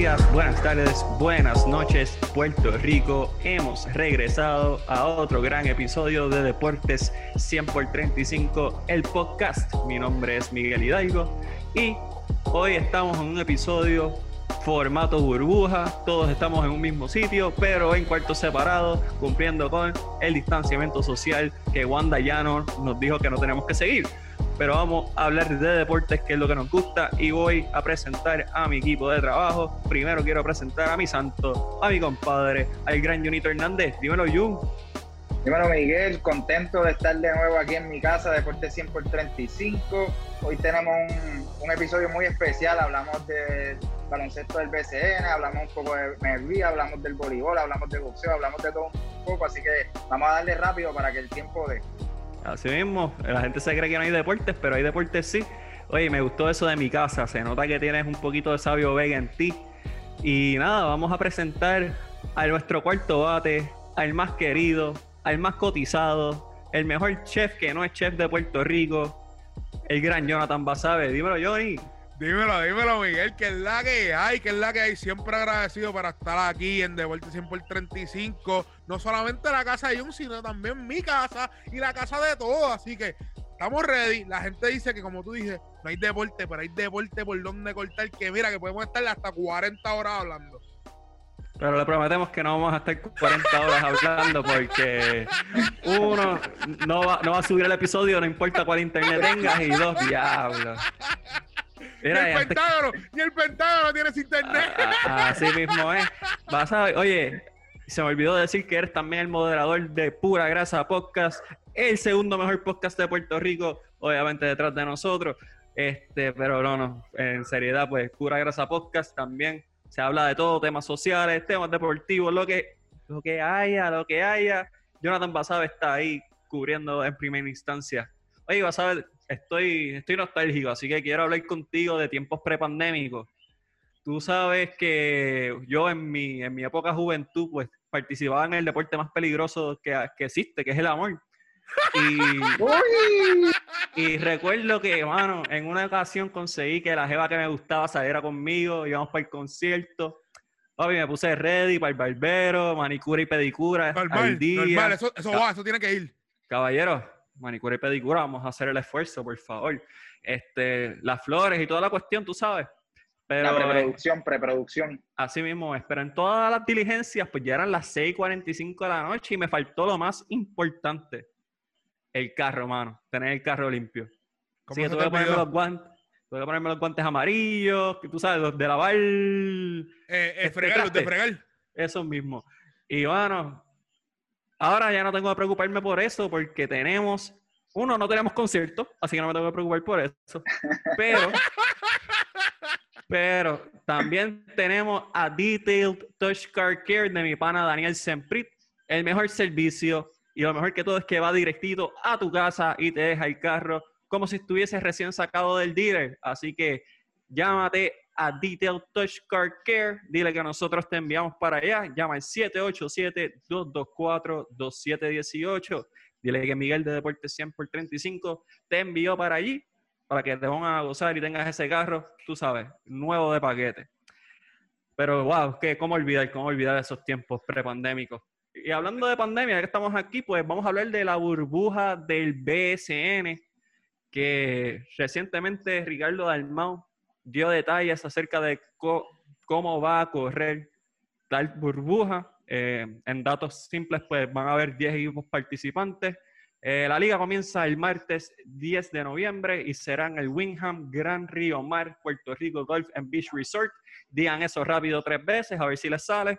días, buenas tardes, buenas noches, Puerto Rico. Hemos regresado a otro gran episodio de Deportes 100 por 35, el podcast. Mi nombre es Miguel Hidalgo y hoy estamos en un episodio formato burbuja. Todos estamos en un mismo sitio, pero en cuartos separados, cumpliendo con el distanciamiento social que Wanda Llano nos dijo que no tenemos que seguir. Pero vamos a hablar de deportes, que es lo que nos gusta, y voy a presentar a mi equipo de trabajo. Primero quiero presentar a mi santo, a mi compadre, al gran Junito Hernández. Dímelo, Jun. Dímelo, Miguel, contento de estar de nuevo aquí en mi casa, Deportes 100 por 35. Hoy tenemos un episodio muy especial. Hablamos del baloncesto del BCN, hablamos un poco de MLB, hablamos del voleibol, hablamos de boxeo, hablamos de todo un poco, así que vamos a darle rápido para que el tiempo dé. Así mismo, la gente se cree que no hay deportes, pero hay deportes sí. Oye, me gustó eso de mi casa, se nota que tienes un poquito de sabio vega en ti. Y nada, vamos a presentar a nuestro cuarto bate, al más querido, al más cotizado, el mejor chef que no es chef de Puerto Rico, el gran Jonathan Basabe. Dímelo, Johnny. Dímelo, Miguel, que es la que hay, siempre agradecido para estar aquí en Deportes 100 por 35, no solamente la casa de Jun, sino también mi casa y la casa de todos, así que estamos ready. La gente dice que, como tú dices, no hay deporte, pero hay deporte por donde cortar, que mira, que podemos estar hasta 40 horas hablando. Pero le prometemos que no vamos a estar 40 horas hablando porque uno, no va a subir el episodio, no importa cuál internet tengas, y dos, diablos. Mira, ni el Pentágono tienes internet. Así mismo es. Vas a ver, oye, se me olvidó decir que eres también el moderador de Pura Grasa Podcast, el segundo mejor podcast de Puerto Rico, obviamente detrás de nosotros. Pero no, en seriedad, pues Pura Grasa Podcast también se habla de todo, temas sociales, temas deportivos, lo que haya. Jonathan Basabe está ahí cubriendo en primera instancia. Oye, Basabe, estoy nostálgico, así que quiero hablar contigo de tiempos prepandémicos. Tú sabes que yo en mi época juventud, pues participaba en el deporte más peligroso que existe, que es el amor. Y recuerdo que, mano, en una ocasión conseguí que la jeva que me gustaba saliera conmigo, íbamos para el concierto. Papi, me puse ready para el barbero, manicura y pedicura al día. Normal, eso tiene que ir. Caballero, manicura y pedicura, vamos a hacer el esfuerzo, por favor. Las flores y toda la cuestión, tú sabes. Pero, la preproducción. Así mismo es, pero en todas las diligencias, pues ya eran las 6:45 de la noche y me faltó lo más importante. El carro, mano. Tener el carro limpio. Así que tuve que ponerme los guantes amarillos, que tú sabes, los de lavar. Fregar, de fregar. Eso mismo. Y bueno, ahora ya no tengo que preocuparme por eso porque no tenemos concierto, así que no me tengo que preocupar por eso. Pero también tenemos a Detailed Touch Car Care de mi pana Daniel Semprit, el mejor servicio. Y lo mejor que todo es que va directito a tu casa y te deja el carro como si estuvieses recién sacado del dealer. Así que llámate a Detail Touch Car Care. Dile que nosotros te enviamos para allá. Llama al 787-224-2718. Dile que Miguel de Deportes 100 por 35 te envió para allí para que te pongan a gozar y tengas ese carro, tú sabes, nuevo de paquete. Pero wow, ¿cómo olvidar esos tiempos prepandémicos? Y hablando de pandemia, ya que estamos aquí, pues vamos a hablar de la burbuja del BSN, que recientemente Ricardo Dalmau dio detalles acerca de cómo va a correr tal burbuja. En datos simples, pues van a haber 10 equipos participantes. La liga comienza el martes 10 de noviembre y será en el Wyndham Gran Río Mar, Puerto Rico Golf and Beach Resort. Digan eso rápido 3 veces, a ver si les sale.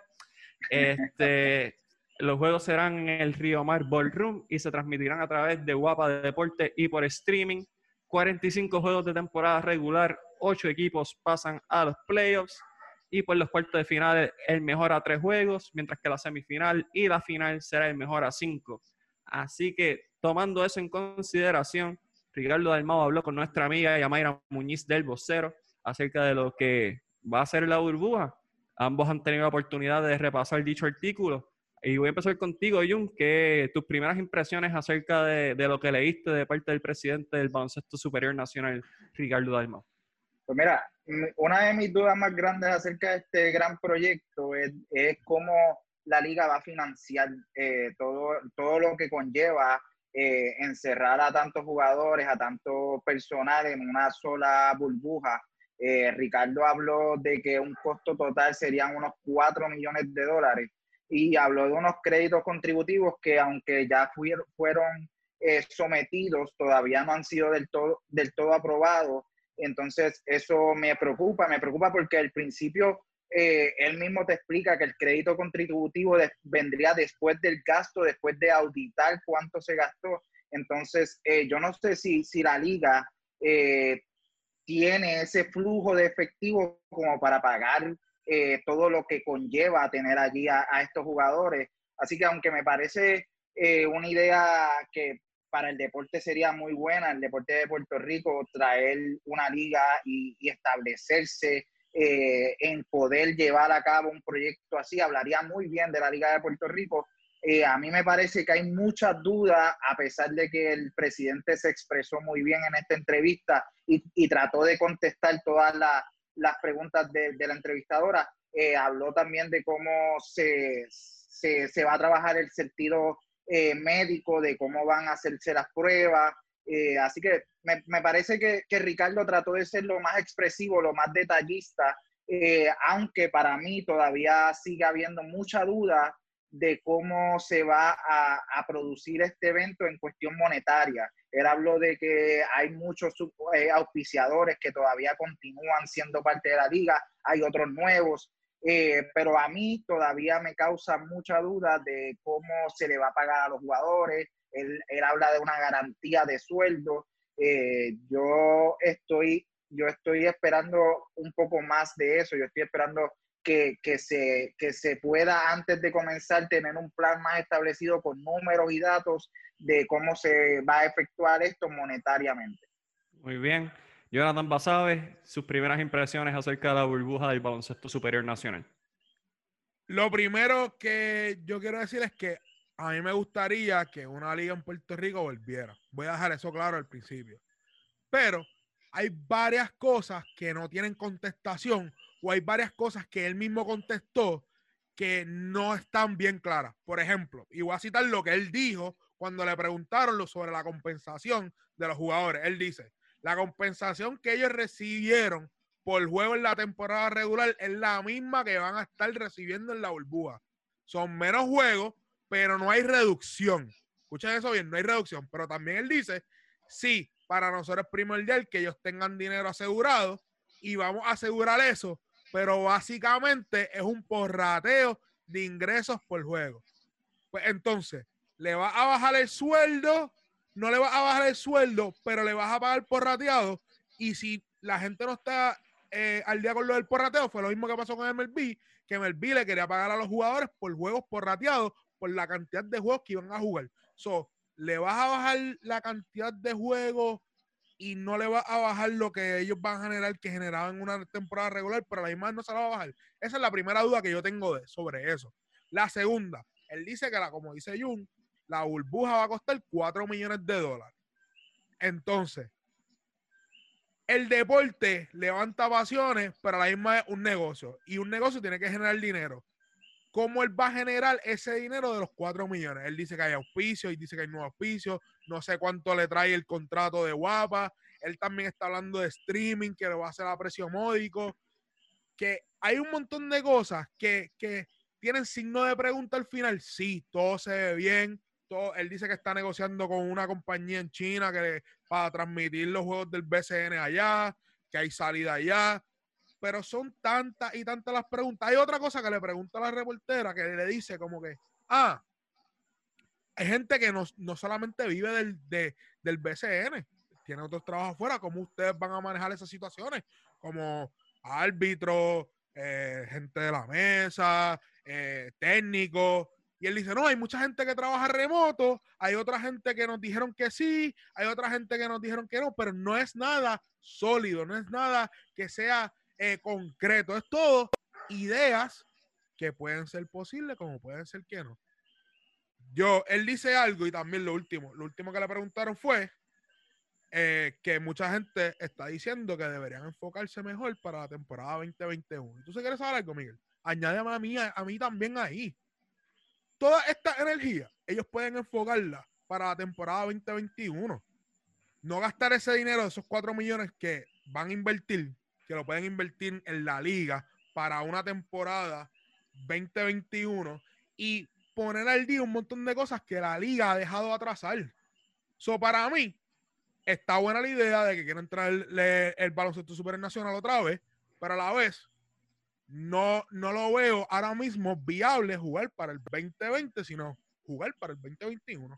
Los juegos serán en el Río Mar Ballroom y se transmitirán a través de Guapa Deporte y por streaming. 45 juegos de temporada regular, 8 equipos pasan a los playoffs y por los cuartos de finales el mejor a 3 juegos, mientras que la semifinal y la final será el mejor a 5. Así que tomando eso en consideración, Ricardo Dalmau habló con nuestra amiga Yamaira Muñiz del Vocero acerca de lo que va a ser la burbuja. Ambos han tenido la oportunidad de repasar dicho artículo. Y voy a empezar contigo, Jun, que tus primeras impresiones acerca de lo que leíste de parte del presidente del Baloncesto Superior Nacional, Ricardo Dalmau. Pues mira, una de mis dudas más grandes acerca de este gran proyecto es cómo la liga va a financiar todo lo que conlleva encerrar a tantos jugadores, a tanto personal en una sola burbuja. Ricardo habló de que un costo total serían unos 4 millones de dólares y habló de unos créditos contributivos que aunque ya fueron sometidos, todavía no han sido del todo aprobados. Entonces, eso me preocupa porque al principio él mismo te explica que el crédito contributivo vendría después del gasto, después de auditar cuánto se gastó. Entonces, yo no sé si la liga tiene ese flujo de efectivo como para pagar todo lo que conlleva tener allí a estos jugadores. Así que aunque me parece una idea que para el deporte sería muy buena, el deporte de Puerto Rico, traer una liga y establecerse en poder llevar a cabo un proyecto así, hablaría muy bien de la Liga de Puerto Rico. A mí me parece que hay muchas dudas, a pesar de que el presidente se expresó muy bien en esta entrevista y trató de contestar todas las preguntas de la entrevistadora. Habló también de cómo se va a trabajar el sentido médico, de cómo van a hacerse las pruebas. Así que me parece que Ricardo trató de ser lo más expresivo, lo más detallista, aunque para mí todavía sigue habiendo mucha duda de cómo se va a producir este evento en cuestión monetaria. Él habló de que hay muchos auspiciadores que todavía continúan siendo parte de la liga, hay otros nuevos, pero a mí todavía me causa mucha duda de cómo se le va a pagar a los jugadores. Él habla de una garantía de sueldo. Yo estoy esperando un poco más de eso. Yo estoy esperando que se pueda, antes de comenzar, tener un plan más establecido con números y datos de cómo se va a efectuar esto monetariamente. Muy bien. Jonathan Basabe, sus primeras impresiones acerca de la burbuja del baloncesto superior nacional. Lo primero que yo quiero decir es que a mí me gustaría que una liga en Puerto Rico volviera. Voy a dejar eso claro al principio. Pero hay varias cosas que no tienen contestación o hay varias cosas que él mismo contestó que no están bien claras. Por ejemplo, y voy a citar lo que él dijo cuando le preguntaron sobre la compensación de los jugadores. Él dice, la compensación que ellos recibieron por juego en la temporada regular es la misma que van a estar recibiendo en la burbuja. Son menos juegos, pero no hay reducción. Escuchen eso bien, no hay reducción. Pero también él dice, sí, para nosotros es primordial que ellos tengan dinero asegurado y vamos a asegurar eso, pero básicamente es un porrateo de ingresos por juego. Pues entonces, le vas a bajar el sueldo, no le vas a bajar el sueldo, pero le vas a pagar porrateado, y si la gente no está al día con lo del porrateo, fue lo mismo que pasó con MLB, que MLB le quería pagar a los jugadores por juegos porrateados por la cantidad de juegos que iban a jugar. So, le vas a bajar la cantidad de juegos y no le vas a bajar lo que ellos van a generar, que generaban en una temporada regular, pero a la misma no se la va a bajar. Esa es la primera duda que yo tengo sobre eso. La segunda, él dice que, como dice Jun, la burbuja va a costar 4 millones de dólares. Entonces, el deporte levanta pasiones, pero a la misma es un negocio. Y un negocio tiene que generar dinero. ¿Cómo él va a generar ese dinero de los 4 millones? Él dice que hay auspicios, y dice que hay nuevos auspicios, no sé cuánto le trae el contrato de Guapa, él también está hablando de streaming, que lo va a hacer a precio módico, que hay un montón de cosas que tienen signo de pregunta al final. Sí, todo se ve bien, él dice que está negociando con una compañía en China para transmitir los juegos del BCN allá, que hay salida allá, pero son tantas y tantas las preguntas. Hay otra cosa que le pregunta a la reportera, que le dice como que, hay gente que no solamente vive del BCN, tiene otros trabajos afuera. ¿Cómo ustedes van a manejar esas situaciones? Como árbitros, gente de la mesa, técnicos. Y él dice, no, hay mucha gente que trabaja remoto, hay otra gente que nos dijeron que sí, hay otra gente que nos dijeron que no, pero no es nada sólido, no es nada que sea concreto, es todo ideas que pueden ser posibles como pueden ser que no. Él dice algo, y también lo último que le preguntaron fue que mucha gente está diciendo que deberían enfocarse mejor para la temporada 2021. ¿Tú quieres saber algo, Miguel? Añádeme a mí también ahí. Toda esta energía, ellos pueden enfocarla para la temporada 2021. No gastar ese dinero, esos 4 millones que van a invertir, que lo pueden invertir en la liga para una temporada 2021 y poner al día un montón de cosas que la liga ha dejado atrasar. Para mí, está buena la idea de que quieren traer el baloncesto supernacional otra vez, pero a la vez no lo veo ahora mismo viable jugar para el 2020, sino jugar para el 2021.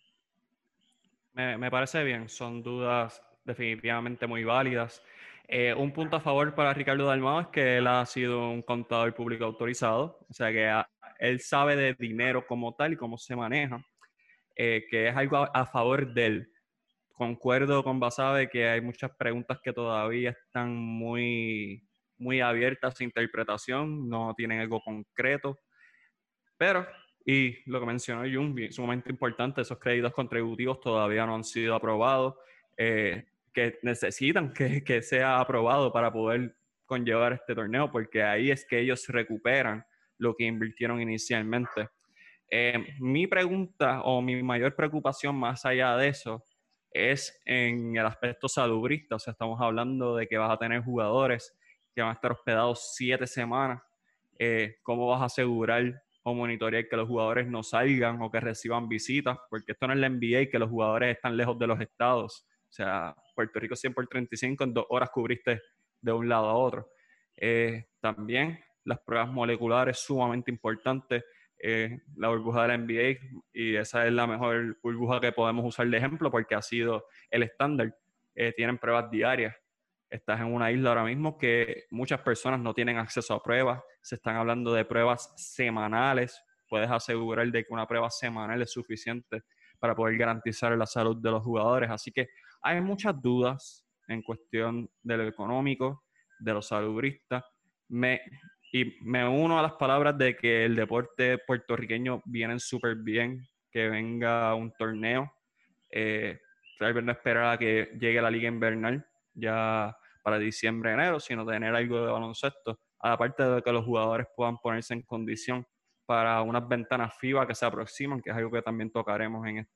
Me parece bien, son dudas definitivamente muy válidas. Un punto a favor para Ricardo Dalmau es que él ha sido un contador público autorizado, o sea que él sabe de dinero como tal y cómo se maneja, que es algo a favor de él. Concuerdo con Basabe que hay muchas preguntas que todavía están muy abiertas a interpretación, no tienen algo concreto, pero, y lo que mencionó Jung, sumamente importante, esos créditos contributivos todavía no han sido aprobados, que necesitan que sea aprobado para poder conllevar este torneo, porque ahí es que ellos recuperan lo que invirtieron inicialmente. Mi pregunta o mi mayor preocupación más allá de eso es en el aspecto salubrista. O sea, estamos hablando de que vas a tener jugadores que van a estar hospedados 7 semanas. ¿Cómo vas a asegurar o monitorear que los jugadores no salgan o que reciban visitas? Porque esto no es la NBA, que los jugadores están lejos de los estados. O sea, Puerto Rico 100 por 35, en 2 horas cubriste de un lado a otro. También las pruebas moleculares, sumamente importantes. La burbuja de la NBA, y esa es la mejor burbuja que podemos usar de ejemplo porque ha sido el estándar. Tienen pruebas diarias. Estás en una isla ahora mismo que muchas personas no tienen acceso a pruebas. Se están hablando de pruebas semanales. Puedes asegurar de que una prueba semanal es suficiente para poder garantizar la salud de los jugadores. Así que hay muchas dudas en cuestión de lo económico, de los salubristas. Y me uno a las palabras de que el deporte puertorriqueño viene súper bien, que venga un torneo. Tal vez no esperar a que llegue la liga invernal ya para diciembre, enero, sino tener algo de baloncesto. Aparte de que los jugadores puedan ponerse en condición para unas ventanas FIBA que se aproximan, que es algo que también tocaremos en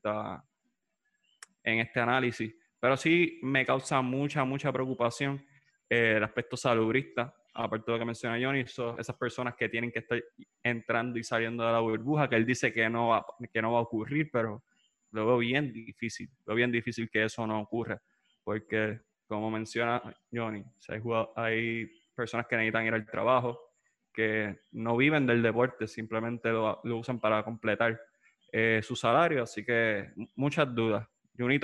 este análisis. Pero sí me causa mucha preocupación el aspecto salubrista, aparte de lo que menciona Johnny, esas personas que tienen que estar entrando y saliendo de la burbuja, que él dice que no va a ocurrir, pero lo veo bien difícil que eso no ocurra, porque como menciona Johnny, hay personas que necesitan ir al trabajo, que no viven del deporte, simplemente lo usan para completar su salario, así que muchas dudas. Junito,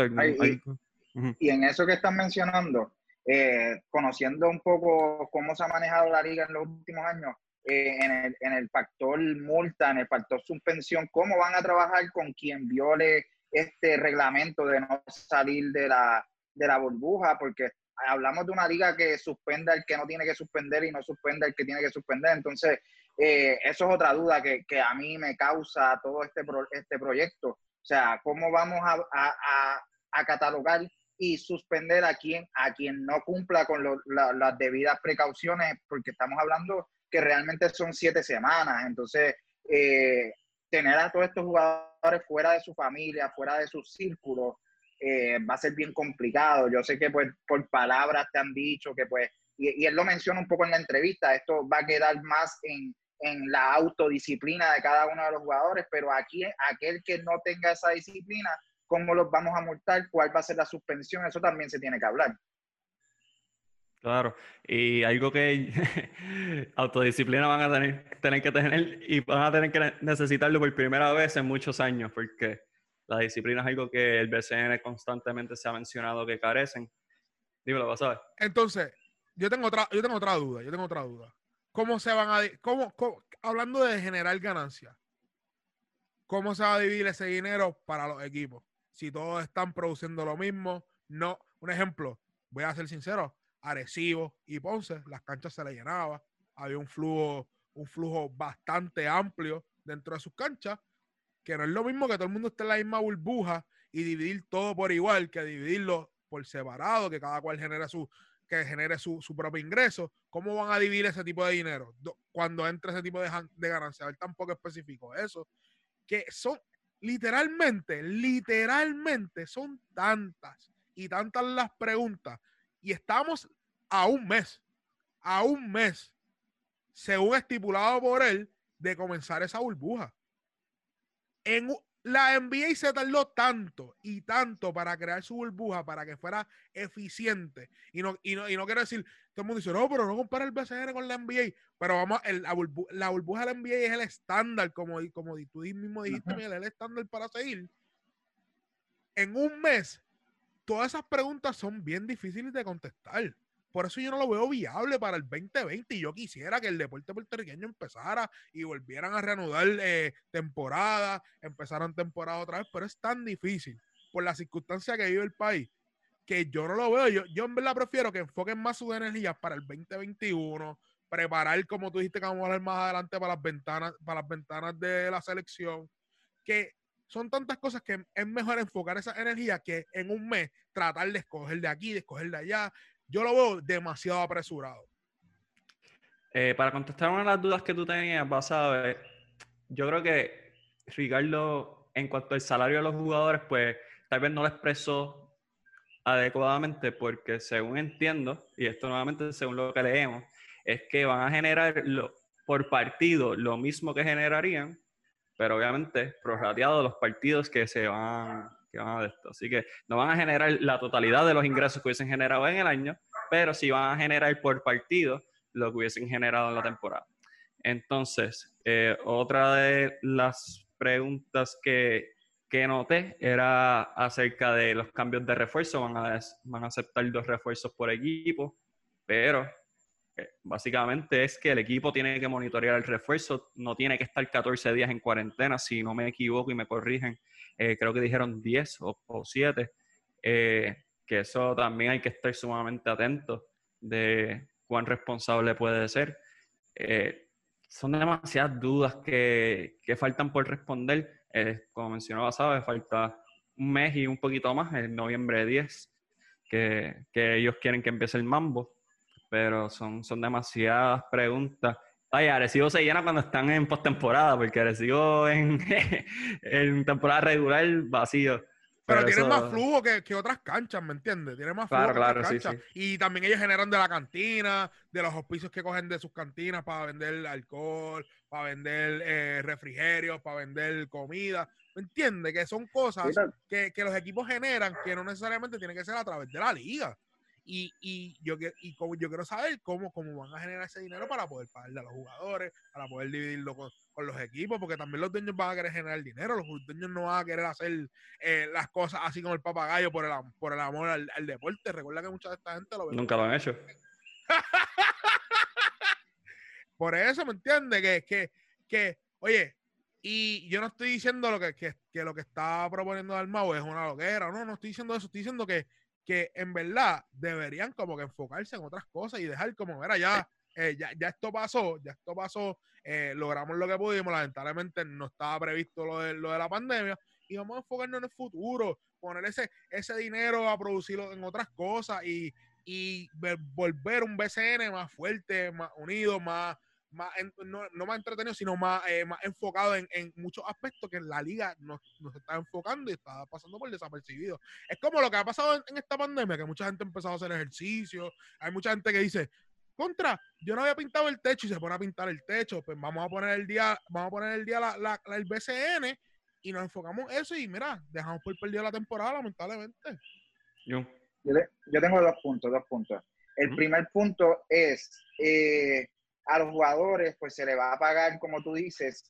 y en eso que están mencionando, conociendo un poco cómo se ha manejado la liga en los últimos años, en el factor multa, en el factor suspensión, ¿cómo van a trabajar con quien viole este reglamento de no salir de la burbuja? Porque hablamos de una liga que suspenda el que no tiene que suspender y no suspenda el que tiene que suspender. Entonces, eso es otra duda que a mí me causa todo este proyecto. O sea, ¿cómo vamos a catalogar y suspender a quien no cumpla con las debidas precauciones? Porque estamos hablando que realmente son 7 semanas. Entonces, tener a todos estos jugadores fuera de su familia, fuera de su círculo, va a ser bien complicado. Yo sé que pues, por palabras te han dicho que pues, y él lo menciona un poco en la entrevista, esto va a quedar más en la autodisciplina de cada uno de los jugadores, pero aquí aquel que no tenga esa disciplina, ¿cómo los vamos a multar? ¿Cuál va a ser la suspensión? Eso también se tiene que hablar. Claro, y algo que autodisciplina van a tener que tener y van a tener que necesitarlo por primera vez en muchos años, porque la disciplina es algo que el BCN constantemente se ha mencionado que carecen. Dímelo, vas a ver. Entonces, yo tengo otra duda. ¿Cómo se van a hablando de generar ganancias? ¿Cómo se va a dividir ese dinero para los equipos? Si todos están produciendo lo mismo, no. Un ejemplo, voy a ser sincero, Arecibo y Ponce, las canchas se le llenaba, había un flujo bastante amplio dentro de sus canchas, que no es lo mismo que todo el mundo esté en la misma burbuja y dividir todo por igual, que dividirlo por separado, que cada cual genere su propio ingreso. ¿Cómo van a dividir ese tipo de dinero cuando entre ese tipo de ganancias? Él tampoco especificó eso. Que son literalmente son tantas y tantas las preguntas. Y estamos a un mes, según estipulado por él, de comenzar esa burbuja. La NBA se tardó tanto y tanto para crear su burbuja, para que fuera eficiente. Y no quiero decir, todo el mundo dice, no, pero no compara el BCN con la NBA. Pero vamos, la burbuja de la NBA es el estándar, como tú mismo dijiste, Miguel, es el estándar para seguir. En un mes, todas esas preguntas son bien difíciles de contestar. Por eso yo no lo veo viable para el 2020 y yo quisiera que el deporte puertorriqueño empezara y volvieran a reanudar temporada, empezaran temporada otra vez, pero es tan difícil por la circunstancia que vive el país que yo no lo veo. Yo en verdad prefiero que enfoquen más sus energías para el 2021, preparar, como tú dijiste que vamos a hablar más adelante, para las ventanas de la selección, que son tantas cosas que es mejor enfocar esa energía que en un mes tratar de escoger de aquí, de escoger de allá. Yo lo veo demasiado apresurado. Para contestar una de las dudas que tú tenías, basado, yo creo que Ricardo, en cuanto al salario de los jugadores, pues tal vez no lo expresó adecuadamente porque según entiendo, y esto nuevamente según lo que leemos, es que van a generar por partido lo mismo que generarían, pero obviamente prorrateado los partidos que van a de esto. Así que no van a generar la totalidad de los ingresos que hubiesen generado en el año, pero sí van a generar por partido lo que hubiesen generado en la temporada. Entonces, otra de las preguntas que noté era acerca de los cambios de refuerzo. Van a aceptar 2 refuerzos por equipo, pero básicamente es que el equipo tiene que monitorear el refuerzo, no tiene que estar 14 días en cuarentena, si no me equivoco y me corrigen, creo que dijeron 10 o 7, que eso también hay que estar sumamente atentos de cuán responsable puede ser. Son demasiadas dudas que faltan por responder. Como mencionaba, ¿sabes? Falta un mes y un poquito más, en noviembre 10, que ellos quieren que empiece el mambo, pero son demasiadas preguntas. Ay, Arecibo se llena cuando están en postemporada, porque Arecibo en temporada regular vacío. Pero tienen más flujo que otras canchas, ¿me entiendes? Tienen más flujo que otras canchas. Sí. Y también ellos generan de la cantina, de los auspicios que cogen de sus cantinas para vender alcohol, para vender refrigerios, para vender comida. ¿Me entiendes? Que son cosas que los equipos generan que no necesariamente tienen que ser a través de la liga. Y yo quiero saber cómo van a generar ese dinero para poder pagarle a los jugadores, para poder dividirlo con los equipos, porque también los dueños van a querer generar dinero, los dueños no van a querer hacer las cosas así como el papagayo por el amor al deporte. Recuerda que mucha de esta gente lo ve. Nunca lo han hecho. Por eso, ¿me entiendes? Que oye, y yo no estoy diciendo lo que lo que está proponiendo Dalmau es una loquera, no estoy diciendo eso, estoy diciendo que en verdad deberían como que enfocarse en otras cosas y dejar como, mira, ya esto pasó, logramos lo que pudimos, lamentablemente no estaba previsto lo de la pandemia y vamos a enfocarnos en el futuro, poner ese dinero a producirlo en otras cosas y volver un BCN más fuerte, más unido, no más entretenido, sino más enfocado en muchos aspectos que la liga nos está enfocando y está pasando por desapercibido. Es como lo que ha pasado en esta pandemia, que mucha gente ha empezado a hacer ejercicio, hay mucha gente que dice, yo no había pintado el techo y se pone a pintar el techo, pues vamos a poner el día el BCN y nos enfocamos en eso y mira, dejamos por perdido la temporada, lamentablemente. Yo tengo dos puntos. El primer punto es a los jugadores pues se le va a pagar, como tú dices,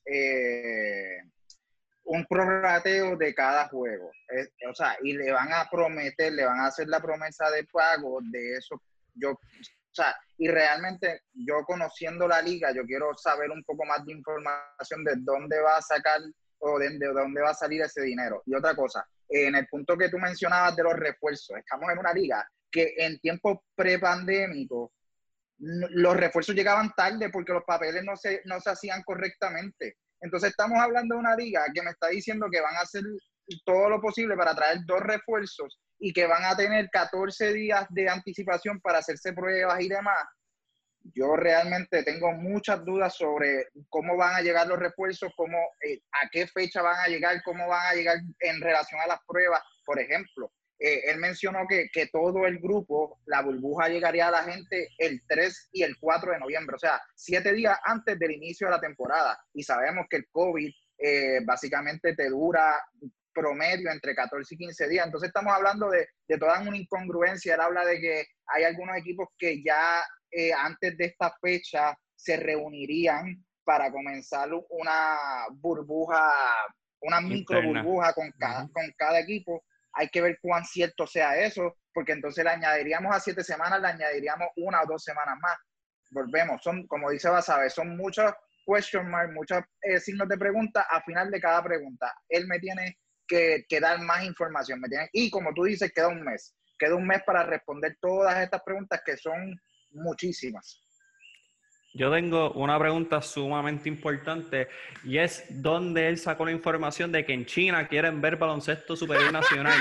un prorrateo de cada juego. O sea, y le van a prometer, le van a hacer la promesa de pago de eso. Y realmente yo conociendo la liga, yo quiero saber un poco más de información de dónde va a sacar o de dónde va a salir ese dinero. Y otra cosa, en el punto que tú mencionabas de los refuerzos, estamos en una liga que en tiempos prepandémicos los refuerzos llegaban tarde porque los papeles no se hacían correctamente. Entonces estamos hablando de una liga que me está diciendo que van a hacer todo lo posible para traer 2 refuerzos y que van a tener 14 días de anticipación para hacerse pruebas y demás, yo realmente tengo muchas dudas sobre cómo van a llegar los refuerzos, a qué fecha van a llegar, cómo van a llegar en relación a las pruebas. Por ejemplo, él mencionó que todo el grupo, la burbuja llegaría a la gente el 3 y el 4 de noviembre, o sea, 7 días antes del inicio de la temporada. Y sabemos que el COVID básicamente te dura promedio entre 14 y 15 días. Entonces estamos hablando de toda una incongruencia. Él habla de que hay algunos equipos que ya antes de esta fecha se reunirían para comenzar una burbuja, una micro burbuja con cada equipo. Hay que ver cuán cierto sea eso, porque entonces le añadiríamos a 7 semanas, le añadiríamos 1 o 2 semanas más. Volvemos, son, como dice Basabe, son muchos question marks, muchos signos de pregunta a final de cada pregunta. Él me tiene que dar más información, y como tú dices, queda un mes para responder todas estas preguntas que son muchísimas. Yo tengo una pregunta sumamente importante y es ¿dónde él sacó la información de que en China quieren ver baloncesto superior nacional?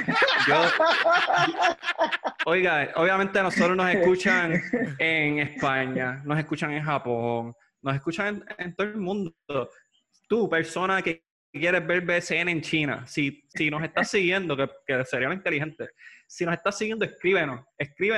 Oiga, obviamente nosotros nos escuchan en España, nos escuchan en Japón, nos escuchan en todo el mundo. Tú, persona que quieres ver BCN en China, si nos estás siguiendo, que sería lo inteligente, si nos estás siguiendo, escríbenos.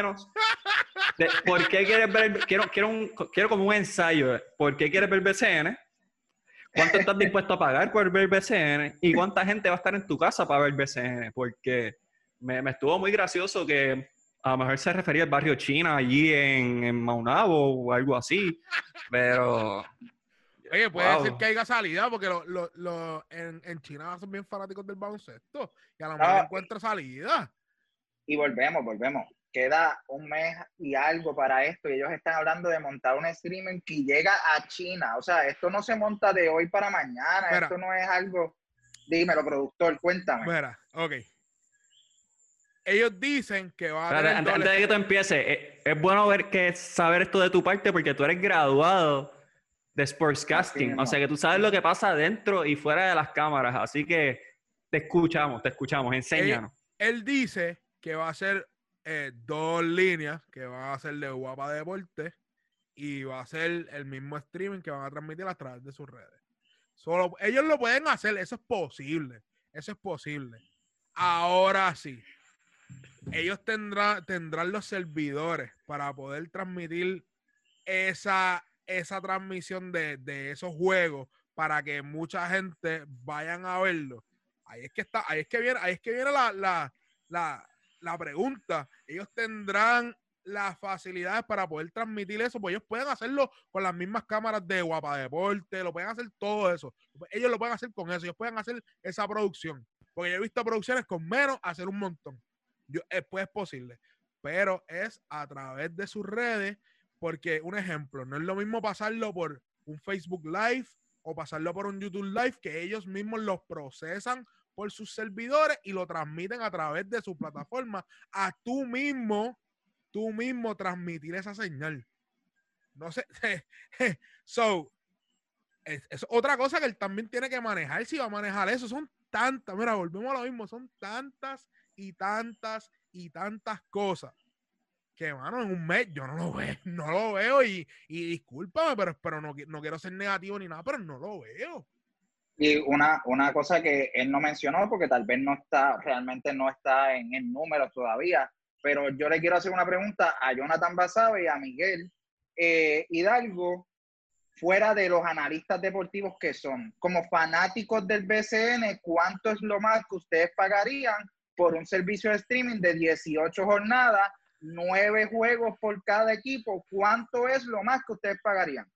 ¿Por qué quieres ver? Quiero como un ensayo. ¿Por qué quieres ver BCN? ¿Cuánto estás dispuesto a pagar por ver BCN? ¿Y cuánta gente va a estar en tu casa para ver BCN? Porque me estuvo muy gracioso que a lo mejor se refería al barrio China allí en Maunabo o algo así. Pero... Oye, puede ser que haya salida porque en China son bien fanáticos del baloncesto y a lo mejor encuentra salida. Y volvemos. Queda un mes y algo para esto y ellos están hablando de montar un streaming que llega a China. O sea, esto no se monta de hoy para mañana. Mira, esto no es algo... Dímelo, productor, cuéntame. Mira, ok. Ellos dicen que va a... Antes de que tú empieces, es bueno saber esto de tu parte porque tú eres graduado de sportscasting. O sea, que tú sabes lo que pasa dentro y fuera de las cámaras. Así que te escuchamos, enséñanos. Él dice que va a ser 2 líneas, que va a ser de Guapa Deporte y va a ser el mismo streaming que van a transmitir a través de sus redes. Ellos lo pueden hacer, eso es posible. Ahora sí, ellos tendrán los servidores para poder transmitir esa transmisión de esos juegos para que mucha gente vayan a verlo. Ahí es que viene la pregunta. Ellos tendrán las facilidades para poder transmitir eso, pues ellos pueden hacerlo con las mismas cámaras de Guapa Deporte, lo pueden hacer todo eso. Ellos lo pueden hacer con eso, ellos pueden hacer esa producción. Porque yo he visto producciones con menos hacer un montón. Pues es posible, pero es a través de sus redes, porque un ejemplo, no es lo mismo pasarlo por un Facebook Live o pasarlo por un YouTube Live, que ellos mismos los procesan por sus servidores y lo transmiten a través de su plataforma a tú mismo transmitir esa señal. No sé. Es otra cosa que él también tiene que manejar. Si va a manejar eso, son tantas, mira, volvemos a lo mismo, son tantas y tantas y tantas cosas que, mano, en un mes yo no lo veo y discúlpame, pero no quiero ser negativo ni nada, pero no lo veo. Y una cosa que él no mencionó, porque tal vez realmente no está en números todavía, pero yo le quiero hacer una pregunta a Jonathan Basabe y a Miguel Hidalgo, fuera de los analistas deportivos que son, como fanáticos del BCN, ¿cuánto es lo más que ustedes pagarían por un servicio de streaming de 18 jornadas, 9 juegos por cada equipo? ¿Cuánto es lo más que ustedes pagarían?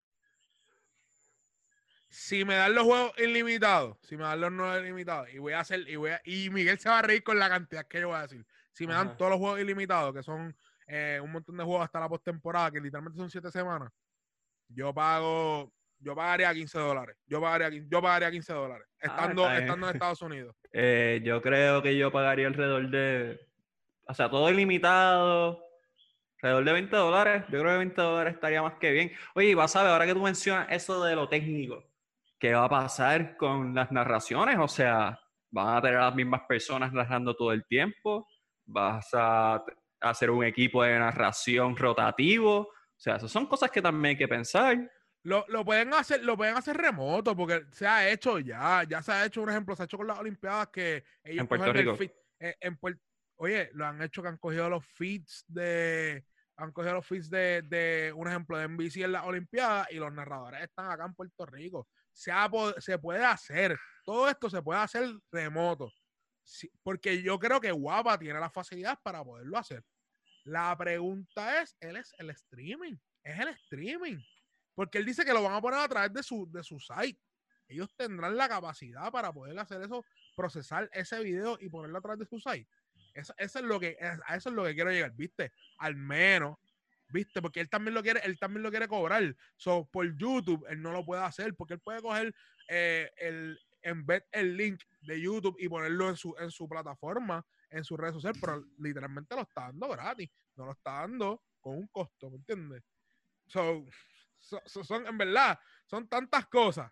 Si me dan los juegos ilimitados, si me dan los 9 ilimitados, y Miguel se va a reír con la cantidad que yo voy a decir. Si me dan todos los juegos ilimitados, que son un montón de juegos hasta la postemporada, que literalmente son 7 semanas, yo pagaría $15. Yo pagaría $15 estando en Estados Unidos. Yo creo que yo pagaría alrededor de, o sea, todo ilimitado, alrededor de $20. Yo creo que $20 estaría más que bien. Oye, vas a ver, ahora que tú mencionas eso de lo técnico, ¿qué va a pasar con las narraciones? O sea, van a tener a las mismas personas narrando todo el tiempo, vas a hacer un equipo de narración rotativo, o sea, esas son cosas que también hay que pensar. Lo pueden hacer remoto, porque se ha hecho ya se ha hecho, un ejemplo, se ha hecho con las Olimpiadas que ellos En Puerto cogen el Rico. feed, oye, lo han hecho que han cogido los feeds de un ejemplo de NBC en las Olimpiadas y los narradores están acá en Puerto Rico. Se puede hacer, todo esto se puede hacer remoto, sí, porque yo creo que Guapa tiene las facilidades para poderlo hacer. La pregunta es el streaming, porque él dice que lo van a poner a través de su site. Ellos tendrán la capacidad para poder hacer eso, procesar ese video y ponerlo a través de su site. Eso es lo que, a eso es lo que quiero llegar, ¿viste? Al menos, ¿viste? Porque él también lo quiere cobrar. So, por YouTube, él no lo puede hacer, porque él puede coger el link de YouTube y ponerlo en su plataforma, en sus redes sociales, pero literalmente lo está dando gratis. No lo está dando con un costo, ¿me entiendes? Son, en verdad, son tantas cosas.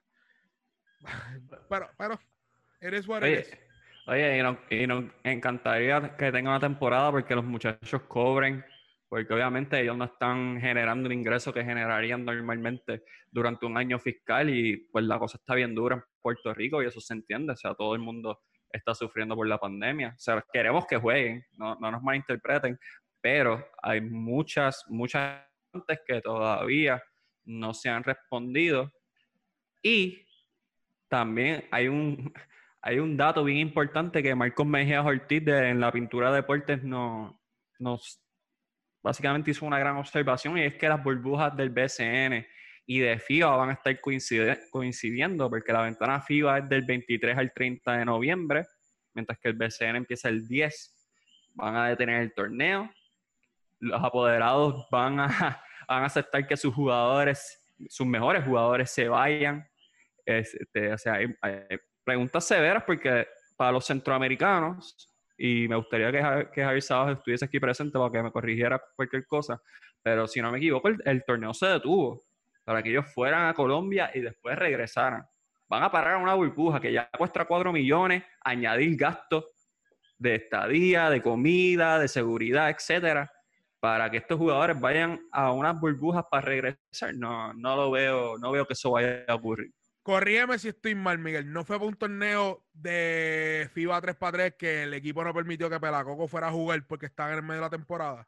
Pero, it is what it is. Oye, y nos encantaría que tenga una temporada porque los muchachos cobren, porque obviamente ellos no están generando el ingreso que generarían normalmente durante un año fiscal y pues la cosa está bien dura en Puerto Rico y eso se entiende, o sea, todo el mundo está sufriendo por la pandemia. O sea, queremos que jueguen, no nos malinterpreten, pero hay muchas antes que todavía no se han respondido y también hay un dato bien importante que Marcos Mejía Ortiz en la pintura de deportes nos básicamente hizo una gran observación y es que las burbujas del BCN y de FIBA van a estar coincidiendo porque la ventana FIBA es del 23 al 30 de noviembre, mientras que el BCN empieza el 10. Van a detener el torneo. Los apoderados van a aceptar que sus mejores jugadores se vayan. O sea, hay preguntas severas porque para los centroamericanos, y me gustaría que Javier Sabas estuviese aquí presente para que me corrigiera cualquier cosa, pero si no me equivoco, el torneo se detuvo para que ellos fueran a Colombia y después regresaran. Van a parar a una burbuja que ya cuesta 4 millones, añadir gastos de estadía, de comida, de seguridad, etcétera, para que estos jugadores vayan a unas burbujas para regresar. No veo que eso vaya a ocurrir. Corrígeme si estoy mal, Miguel. ¿No fue para un torneo de FIBA 3x3 que el equipo no permitió que Pelacoco fuera a jugar porque estaba en el medio de la temporada?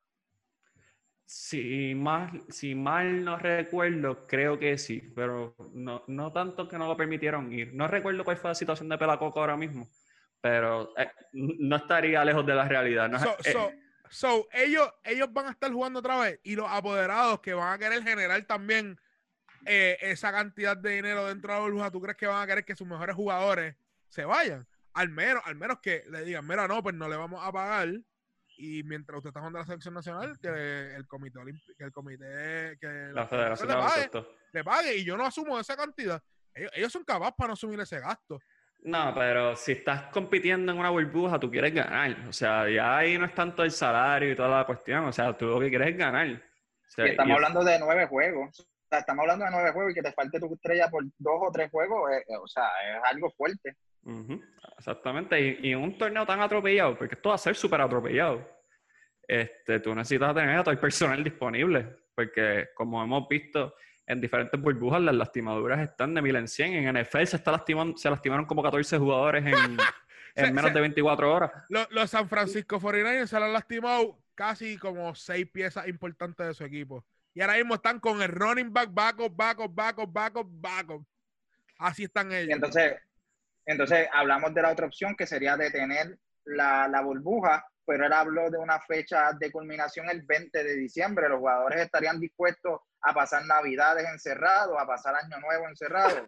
Si mal no recuerdo, creo que sí, pero no tanto que no lo permitieron ir. No recuerdo cuál fue la situación de Pelacoco ahora mismo, pero no estaría lejos de la realidad. ¿No? Ellos van a estar jugando otra vez y los apoderados que van a querer generar también esa cantidad de dinero dentro de la burbuja, ¿tú crees que van a querer que sus mejores jugadores se vayan? Al menos que le digan, mira, no, pues no le vamos a pagar y mientras usted está jugando la selección nacional, que el comité olímpico, que la federación le pague y yo no asumo esa cantidad. Ellos son capaces para no asumir ese gasto. No, pero si estás compitiendo en una burbuja, tú quieres ganar. O sea, ya ahí no es tanto el salario y toda la cuestión. O sea, tú lo que quieres es ganar. O sea, y estamos hablando de 9 juegos. O sea, estamos hablando de 9 juegos y que te falte tu estrella por 2 o 3 juegos, o sea, es algo fuerte. Exactamente. Y un torneo tan atropellado, porque esto va a ser súper atropellado. Tú necesitas tener a todo el personal disponible. Porque, como hemos visto en diferentes burbujas, las lastimaduras están de 1000 en 100. En NFL se lastimaron como 14 jugadores en menos de 24 horas. Los San Francisco 49ers se han lastimado casi como 6 piezas importantes de su equipo. Y ahora mismo están con el running back, backup. Así están ellos. Y entonces hablamos de la otra opción, que sería detener la burbuja, pero él habló de una fecha de culminación el 20 de diciembre. Los jugadores estarían dispuestos a pasar Navidades encerrados, a pasar Año Nuevo encerrados.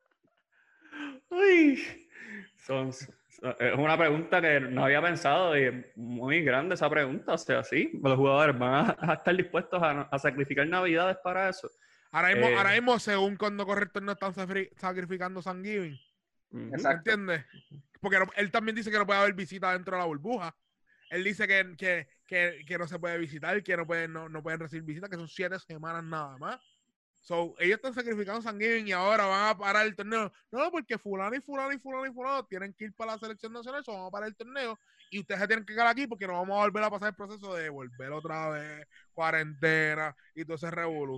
Uy, es una pregunta que no había pensado y es muy grande esa pregunta. O sea, sí, los jugadores van a estar dispuestos a sacrificar Navidades para eso. Ahora mismo, según cuando corre el torneo, están sacrificando Thanksgiving. ¿Me entiendes? Porque él también dice que no puede haber visita dentro de la burbuja. Él dice que no se puede visitar, que no pueden recibir visitas, que son 7 semanas nada más. So, ellos están sacrificando Thanksgiving y ahora van a parar el torneo. No, porque fulano y fulano y fulano y fulano tienen que ir para la selección nacional, so vamos a parar el torneo y ustedes se tienen que quedar aquí porque no vamos a volver a pasar el proceso de volver otra vez, cuarentena y todo ese revolú.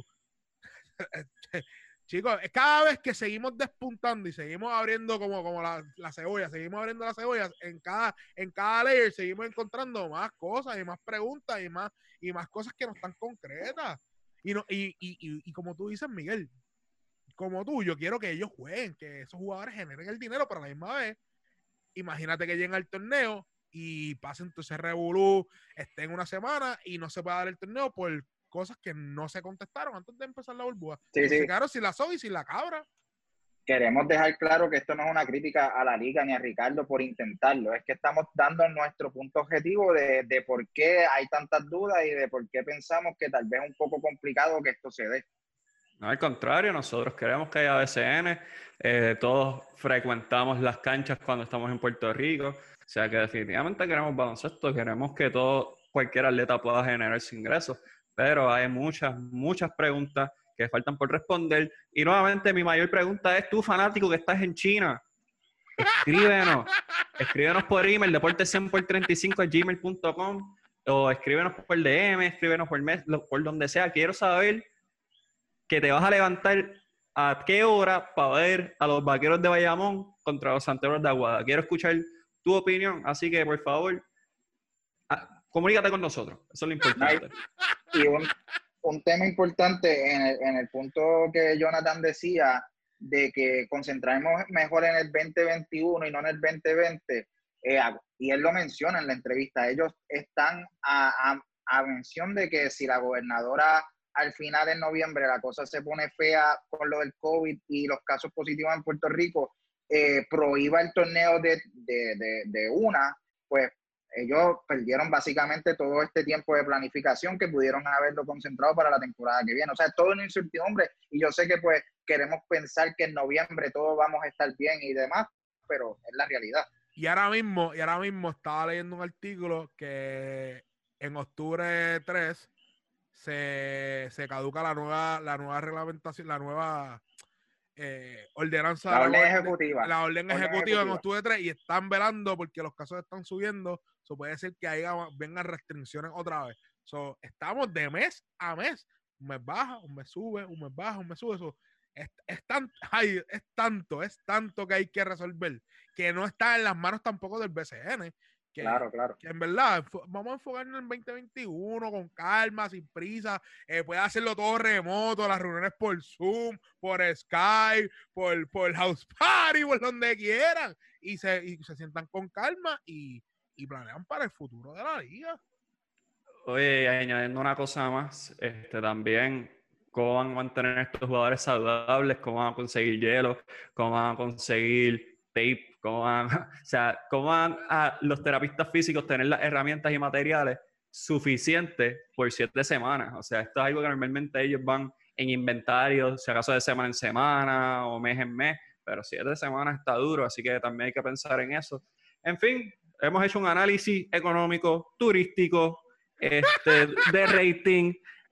Chicos, cada vez que seguimos despuntando y seguimos abriendo como la cebolla, seguimos abriendo las cebollas, en cada layer seguimos encontrando más cosas y más preguntas y más cosas que no están concretas. Y como tú dices, Miguel, como tú, yo quiero que ellos jueguen, que esos jugadores generen el dinero, pero a la misma vez, imagínate que lleguen al torneo y pasen todo ese revolú, estén una semana y no se pueda dar el torneo por cosas que no se contestaron antes de empezar la burbuja. Sí, Se sí. quedaron sin la soga y sin la cabra. Queremos dejar claro que esto no es una crítica a la liga ni a Ricardo por intentarlo, es que estamos dando nuestro punto objetivo de por qué hay tantas dudas y de por qué pensamos que tal vez es un poco complicado que esto se dé. No, al contrario, nosotros queremos que haya BCN, todos frecuentamos las canchas cuando estamos en Puerto Rico, o sea que definitivamente queremos baloncesto, queremos que cualquier atleta pueda generar su ingreso, pero hay muchas preguntas que faltan por responder. Y nuevamente mi mayor pregunta es, tú fanático que estás en China, escríbenos por email, deporte100x35@gmail.com, o escríbenos por DM, escríbenos por donde sea. Quiero saber que te vas a levantar a qué hora para ver a los Vaqueros de Bayamón contra los Santeros de Aguada. Quiero escuchar tu opinión, así que por favor, comunícate con nosotros. Eso es lo importante. Y un tema importante en el punto que Jonathan decía, de que concentrarnos mejor en el 2021 y no en el 2020, y él lo menciona en la entrevista, ellos están a mención de que si la gobernadora al final en noviembre la cosa se pone fea con lo del COVID y los casos positivos en Puerto Rico, prohíba el torneo de pues ellos perdieron básicamente todo este tiempo de planificación que pudieron haberlo concentrado para la temporada que viene. O sea, todo en incertidumbre, y yo sé que pues queremos pensar que en noviembre todos vamos a estar bien y demás, pero es la realidad. Y ahora mismo estaba leyendo un artículo que en octubre 3 se caduca la nueva reglamentación, la nueva ordenanza. La orden ejecutiva. La orden ejecutiva en octubre 3, y están velando porque los casos están subiendo. Eso puede ser que ahí vengan restricciones otra vez. So, estamos de mes a mes. Un mes baja, un mes sube, un mes baja, un mes sube. Eso es tanto que hay que resolver, que no está en las manos tampoco del BCN. Claro. Que en verdad, vamos a enfocarnos en el 2021 con calma, sin prisa. Puede hacerlo todo remoto, las reuniones por Zoom, por Skype, por House Party, por donde quieran. Y se sientan con calma y planean para el futuro de la liga. Oye, añadiendo una cosa más, también cómo van a mantener estos jugadores saludables, cómo van a conseguir hielo, cómo van a conseguir tape, cómo van a los terapistas físicos tener las herramientas y materiales suficientes por 7 semanas. O sea, esto es algo que normalmente ellos van en inventario, si acaso de semana en semana o mes en mes, pero 7 semanas está duro, así que también hay que pensar en eso. En fin, hemos hecho un análisis económico, turístico, de rating.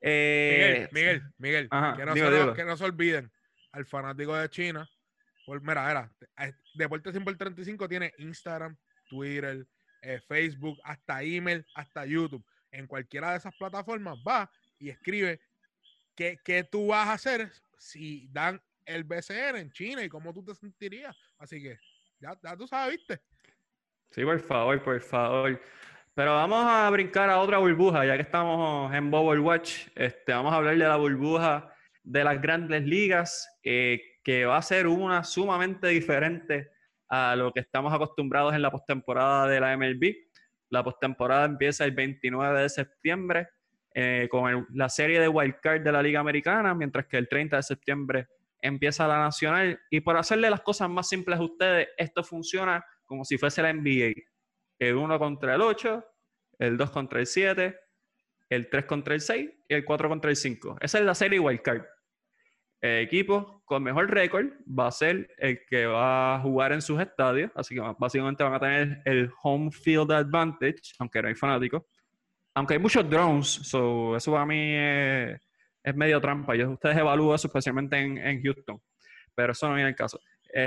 Miguel, ajá, que no se olviden al fanático de China. Mira, Deporte 100x35 tiene Instagram, Twitter, Facebook, hasta email, hasta YouTube. En cualquiera de esas plataformas va y escribe qué tú vas a hacer si dan el BCN en China y cómo tú te sentirías. Así que ya tú sabes, ¿viste? Sí, por favor. Pero vamos a brincar a otra burbuja, ya que estamos en Bubble Watch. Vamos a hablar de la burbuja de las grandes ligas, que va a ser una sumamente diferente a lo que estamos acostumbrados en la postemporada de la MLB. La postemporada empieza el 29 de septiembre con la serie de Wild Card de la Liga Americana, mientras que el 30 de septiembre empieza la Nacional. Y por hacerle las cosas más simples a ustedes, esto funciona como si fuese la NBA. El 1 contra el 8, el 2 contra el 7, el 3 contra el 6 y el 4 contra el 5. Esa es la serie Wild Card. El equipo con mejor récord va a ser el que va a jugar en sus estadios, así que básicamente van a tener el home field advantage, aunque no hay fanáticos. Aunque hay muchos drones, eso para mí es medio trampa. Ustedes evalúan eso especialmente en Houston, pero eso no viene el caso.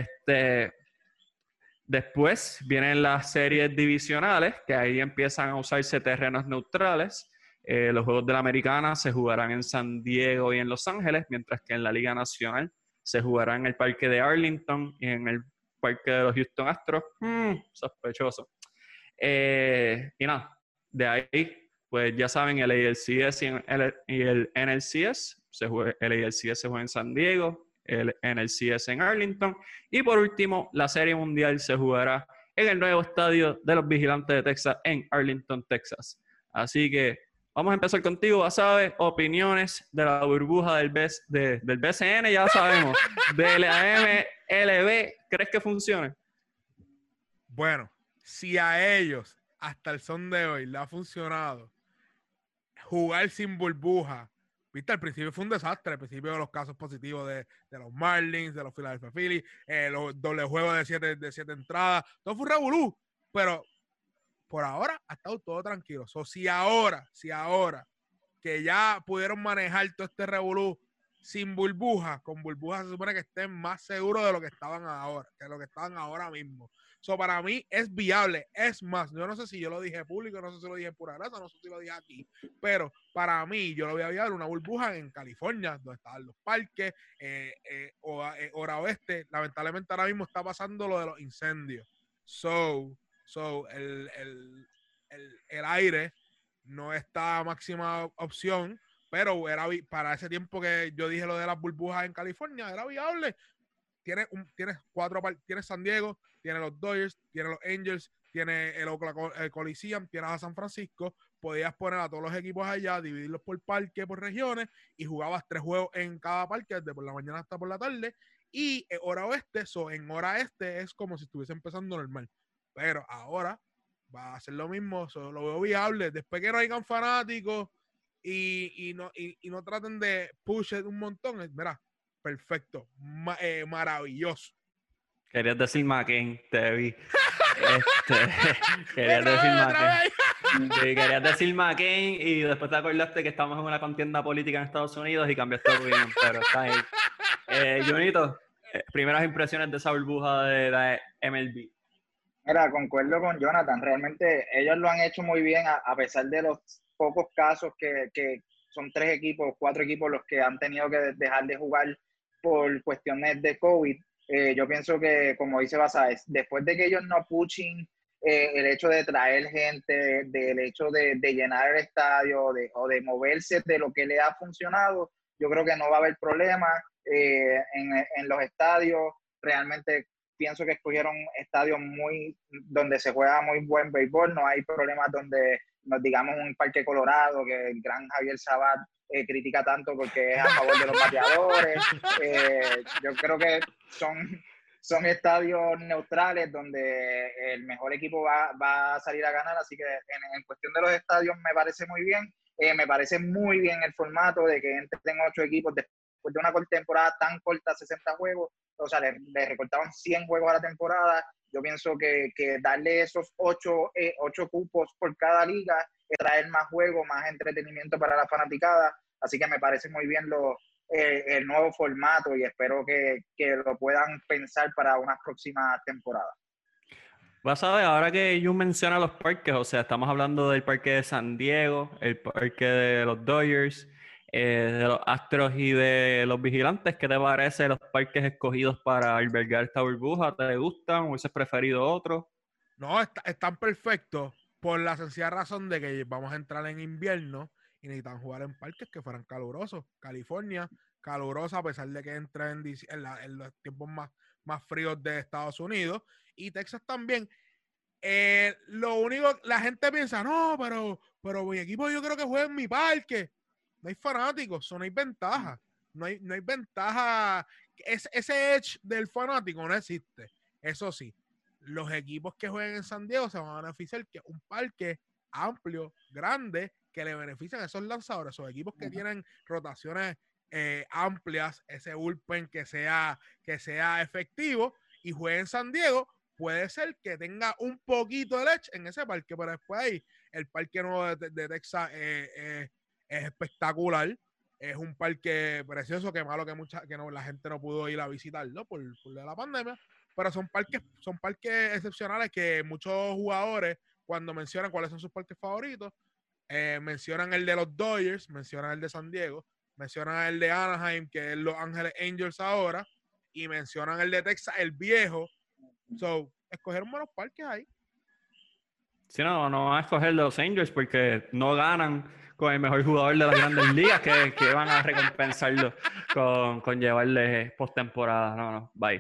Después vienen las series divisionales, que ahí empiezan a usarse terrenos neutrales. Los Juegos de la Americana se jugarán en San Diego y en Los Ángeles, mientras que en la Liga Nacional se jugará en el Parque de Arlington y en el Parque de los Houston Astros. Sospechoso. Y nada, de ahí, pues ya saben, el ALCS y el NLCS. El ALCS se juega en San Diego, el NLCS en Arlington. Y por último, la Serie Mundial se jugará en el nuevo estadio de los Vigilantes de Texas en Arlington, Texas. Así que vamos a empezar contigo, Basabe. Opiniones de la burbuja del BCN, ya sabemos. De la MLB, ¿crees que funcione? Bueno, si a ellos hasta el son de hoy le ha funcionado jugar sin burbuja, viste, al principio fue un desastre, al principio de los casos positivos de los Marlins, de los Philadelphia Phillies, los doble juegos de siete entradas, todo fue un revolú, pero por ahora ha estado todo tranquilo. Si ahora que ya pudieron manejar todo este revolú sin burbuja, con burbuja se supone que estén más seguros de lo que estaban ahora mismo. Para mí es viable. Es más, yo no sé si yo lo dije público, no sé si lo dije en pura grasa, no sé si lo dije aquí, pero para mí yo lo veía viable una burbuja en California, donde estaban los parques, hora oeste. Lamentablemente ahora mismo está pasando lo de los incendios. El aire no está a máxima opción, pero para ese tiempo que yo dije lo de las burbujas en California, era viable. Tienes San Diego, tienes los Dodgers, tienes los Angels, tienes el Coliseum, tienes a San Francisco. Podías poner a todos los equipos allá, dividirlos por parque, por regiones, y jugabas 3 juegos en cada parque, desde por la mañana hasta por la tarde. Y hora oeste, en hora este es como si estuviese empezando normal. Pero ahora va a ser lo mismo, lo veo viable. Después que no hayan fanáticos y no traten de push un montón, mira, perfecto, maravilloso. Querías decir McCain, te vi. Querías decir McCain. Sí, querías decir McCain y después te acordaste que estamos en una contienda política en Estados Unidos y cambiaste de opinión, pero está ahí. Junito, primeras impresiones de esa burbuja de la MLB. Mira, concuerdo con Jonathan, realmente ellos lo han hecho muy bien a pesar de los pocos casos que son 4 equipos los que han tenido que dejar de jugar por cuestiones de COVID. Yo pienso que, como dice Basabe, después de que ellos no pushen el hecho de traer gente, del hecho de llenar el estadio o de moverse de lo que le ha funcionado, yo creo que no va a haber problema en los estadios. Realmente pienso que escogieron estadios donde se juega muy buen béisbol, no hay problemas donde nos digamos un Parque Colorado que el gran Javier Sabat critica tanto porque es a favor de los bateadores. Yo creo que son estadios neutrales donde el mejor equipo va a salir a ganar, así que en cuestión de los estadios me parece muy bien. Me parece muy bien el formato de que entren 8 equipos después de una temporada tan corta, 60 juegos, o sea, le recortaban 100 juegos a la temporada. Yo pienso que darle esos 8 cupos por cada liga, traer más juegos, más entretenimiento para la fanaticada. Así que me parece muy bien el nuevo formato y espero que lo puedan pensar para unas próximas temporadas. Vas a ver, ahora que Jun menciona los parques, o sea, estamos hablando del parque de San Diego, el parque de los Dodgers, de los Astros y de los Vigilantes. ¿Qué te parece los parques escogidos para albergar esta burbuja? ¿Te gustan? ¿Hubieses preferido otros? No, están perfectos por la sencilla razón de que vamos a entrar en invierno y necesitan jugar en parques que fueran calurosos. California, calurosa a pesar de que entra en los tiempos más fríos de Estados Unidos, y Texas también. Lo único, la gente piensa, no, pero mi equipo yo creo que juega en mi parque. No hay fanáticos, no hay ventaja. No hay ventaja. Ese edge del fanático no existe. Eso sí, los equipos que jueguen en San Diego se van a beneficiar, que un parque amplio, grande, que le benefician a esos lanzadores, esos equipos que tienen rotaciones amplias, ese bullpen que sea efectivo y juegue en San Diego. Puede ser que tenga un poquito de leche en ese parque, pero después ahí el parque nuevo de Texas es espectacular. Es un parque precioso, que malo que la gente no pudo ir a visitarlo por la pandemia, pero son parques excepcionales que muchos jugadores, cuando mencionan cuáles son sus parques favoritos, mencionan el de los Dodgers, mencionan el de San Diego, mencionan el de Anaheim, que es Los Ángeles Angels ahora, y mencionan el de Texas, el viejo. So, escogieron buenos parques ahí. Si no, no van a escoger los Angels porque no ganan con el mejor jugador de las grandes ligas que van a recompensarlo con llevarle postemporada. No, bye.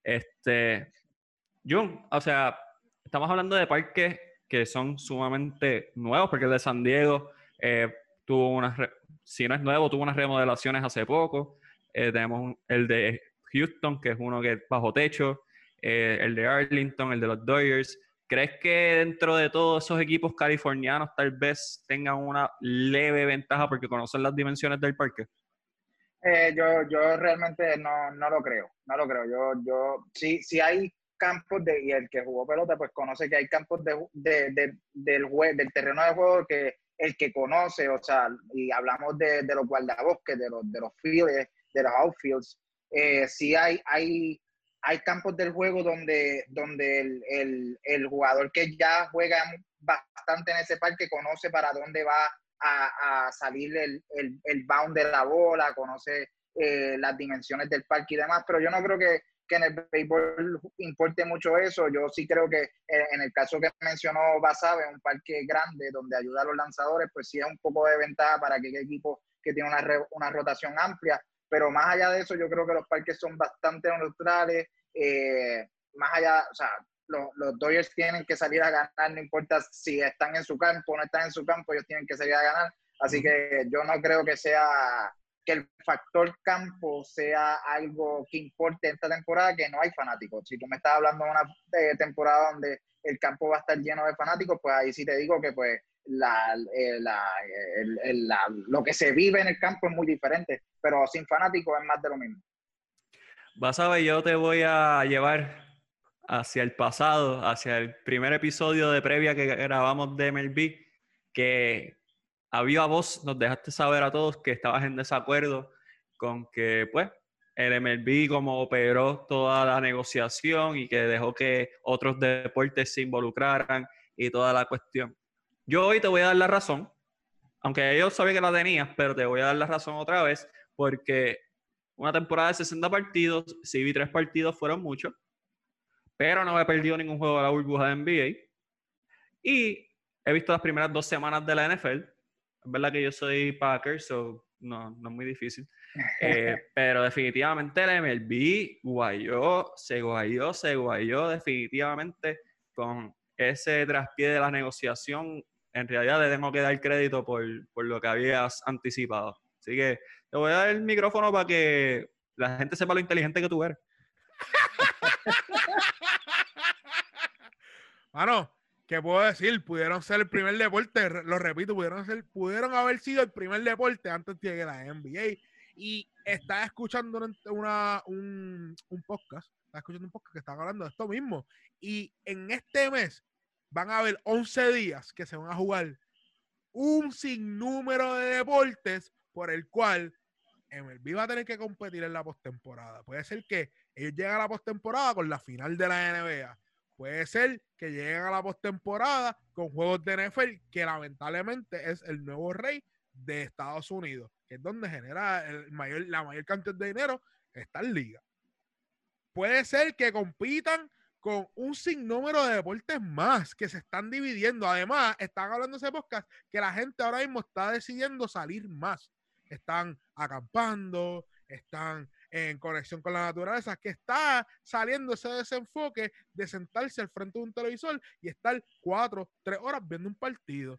Jun, o sea, estamos hablando de parques que son sumamente nuevos, porque el de San Diego tuvo si no es nuevo, tuvo unas remodelaciones hace poco. Tenemos el de Houston, que es uno que es bajo techo, el de Arlington, el de los Dodgers. ¿Crees que dentro de todos esos equipos californianos tal vez tengan una leve ventaja porque conocen las dimensiones del parque? Yo realmente no lo creo. Yo sí hay campos y el que jugó pelota pues conoce que hay campos del terreno de juego que el que conoce, o sea, y hablamos de los guardabosques, de los fields, de los outfields, sí hay campos del juego donde el jugador que ya juega bastante en ese parque conoce para dónde va a salir el bound de la bola, conoce las dimensiones del parque y demás, pero yo no creo que en el béisbol importe mucho eso. Yo sí creo que en el caso que mencionó Basabe, un parque grande donde ayuda a los lanzadores, pues sí es un poco de ventaja para aquel equipo que tiene una rotación amplia, pero más allá de eso yo creo que los parques son bastante neutrales, más allá, o sea, los Dodgers tienen que salir a ganar, no importa si están en su campo o no están en su campo, ellos tienen que salir a ganar, así que yo no creo que el factor campo sea algo que importe esta temporada, que no hay fanáticos. Si tú me estás hablando de una temporada donde el campo va a estar lleno de fanáticos, pues ahí sí te digo que pues lo que se vive en el campo es muy diferente, pero sin fanáticos es más de lo mismo. Vas a ver, yo te voy a llevar hacia el pasado, hacia el primer episodio de previa que grabamos de MLB, que a viva voz nos dejaste saber a todos que estabas en desacuerdo con que, pues, el MLB como operó toda la negociación y que dejó que otros deportes se involucraran y toda la cuestión. Yo hoy te voy a dar la razón, aunque yo sabía que la tenías, pero te voy a dar la razón otra vez, porque una temporada de 60 partidos, si vi 3 partidos fueron muchos, pero no he perdido ningún juego de la burbuja de NBA. Y he visto las primeras 2 semanas de la NFL. Es verdad que yo soy Packers, so no es muy difícil. Pero definitivamente el MLB se guayó definitivamente con ese traspié de la negociación. En realidad le tengo que dar crédito por lo que habías anticipado. Así que te voy a dar el micrófono para que la gente sepa lo inteligente que tú eres. Mano, ¿qué puedo decir? Pudieron ser el primer deporte, lo repito, pudieron haber sido el primer deporte antes de que la NBA. Y estaba escuchando un podcast, que estaban hablando de esto mismo. Y en este mes van a haber 11 días que se van a jugar un sinnúmero de deportes por el cual MLB va a tener que competir en la postemporada. Puede ser que ellos lleguen a la postemporada con la final de la NBA. Puede ser que lleguen a la postemporada con juegos de NFL, que lamentablemente es el nuevo rey de Estados Unidos, que es donde genera la mayor cantidad de dinero esta liga. Puede ser que compitan con un sinnúmero de deportes más que se están dividiendo. Además, están hablando de ese podcast que la gente ahora mismo está decidiendo salir más. Están acampando, están en conexión con la naturaleza, que está saliendo ese desenfoque de sentarse al frente de un televisor y estar 4, 3 horas viendo un partido.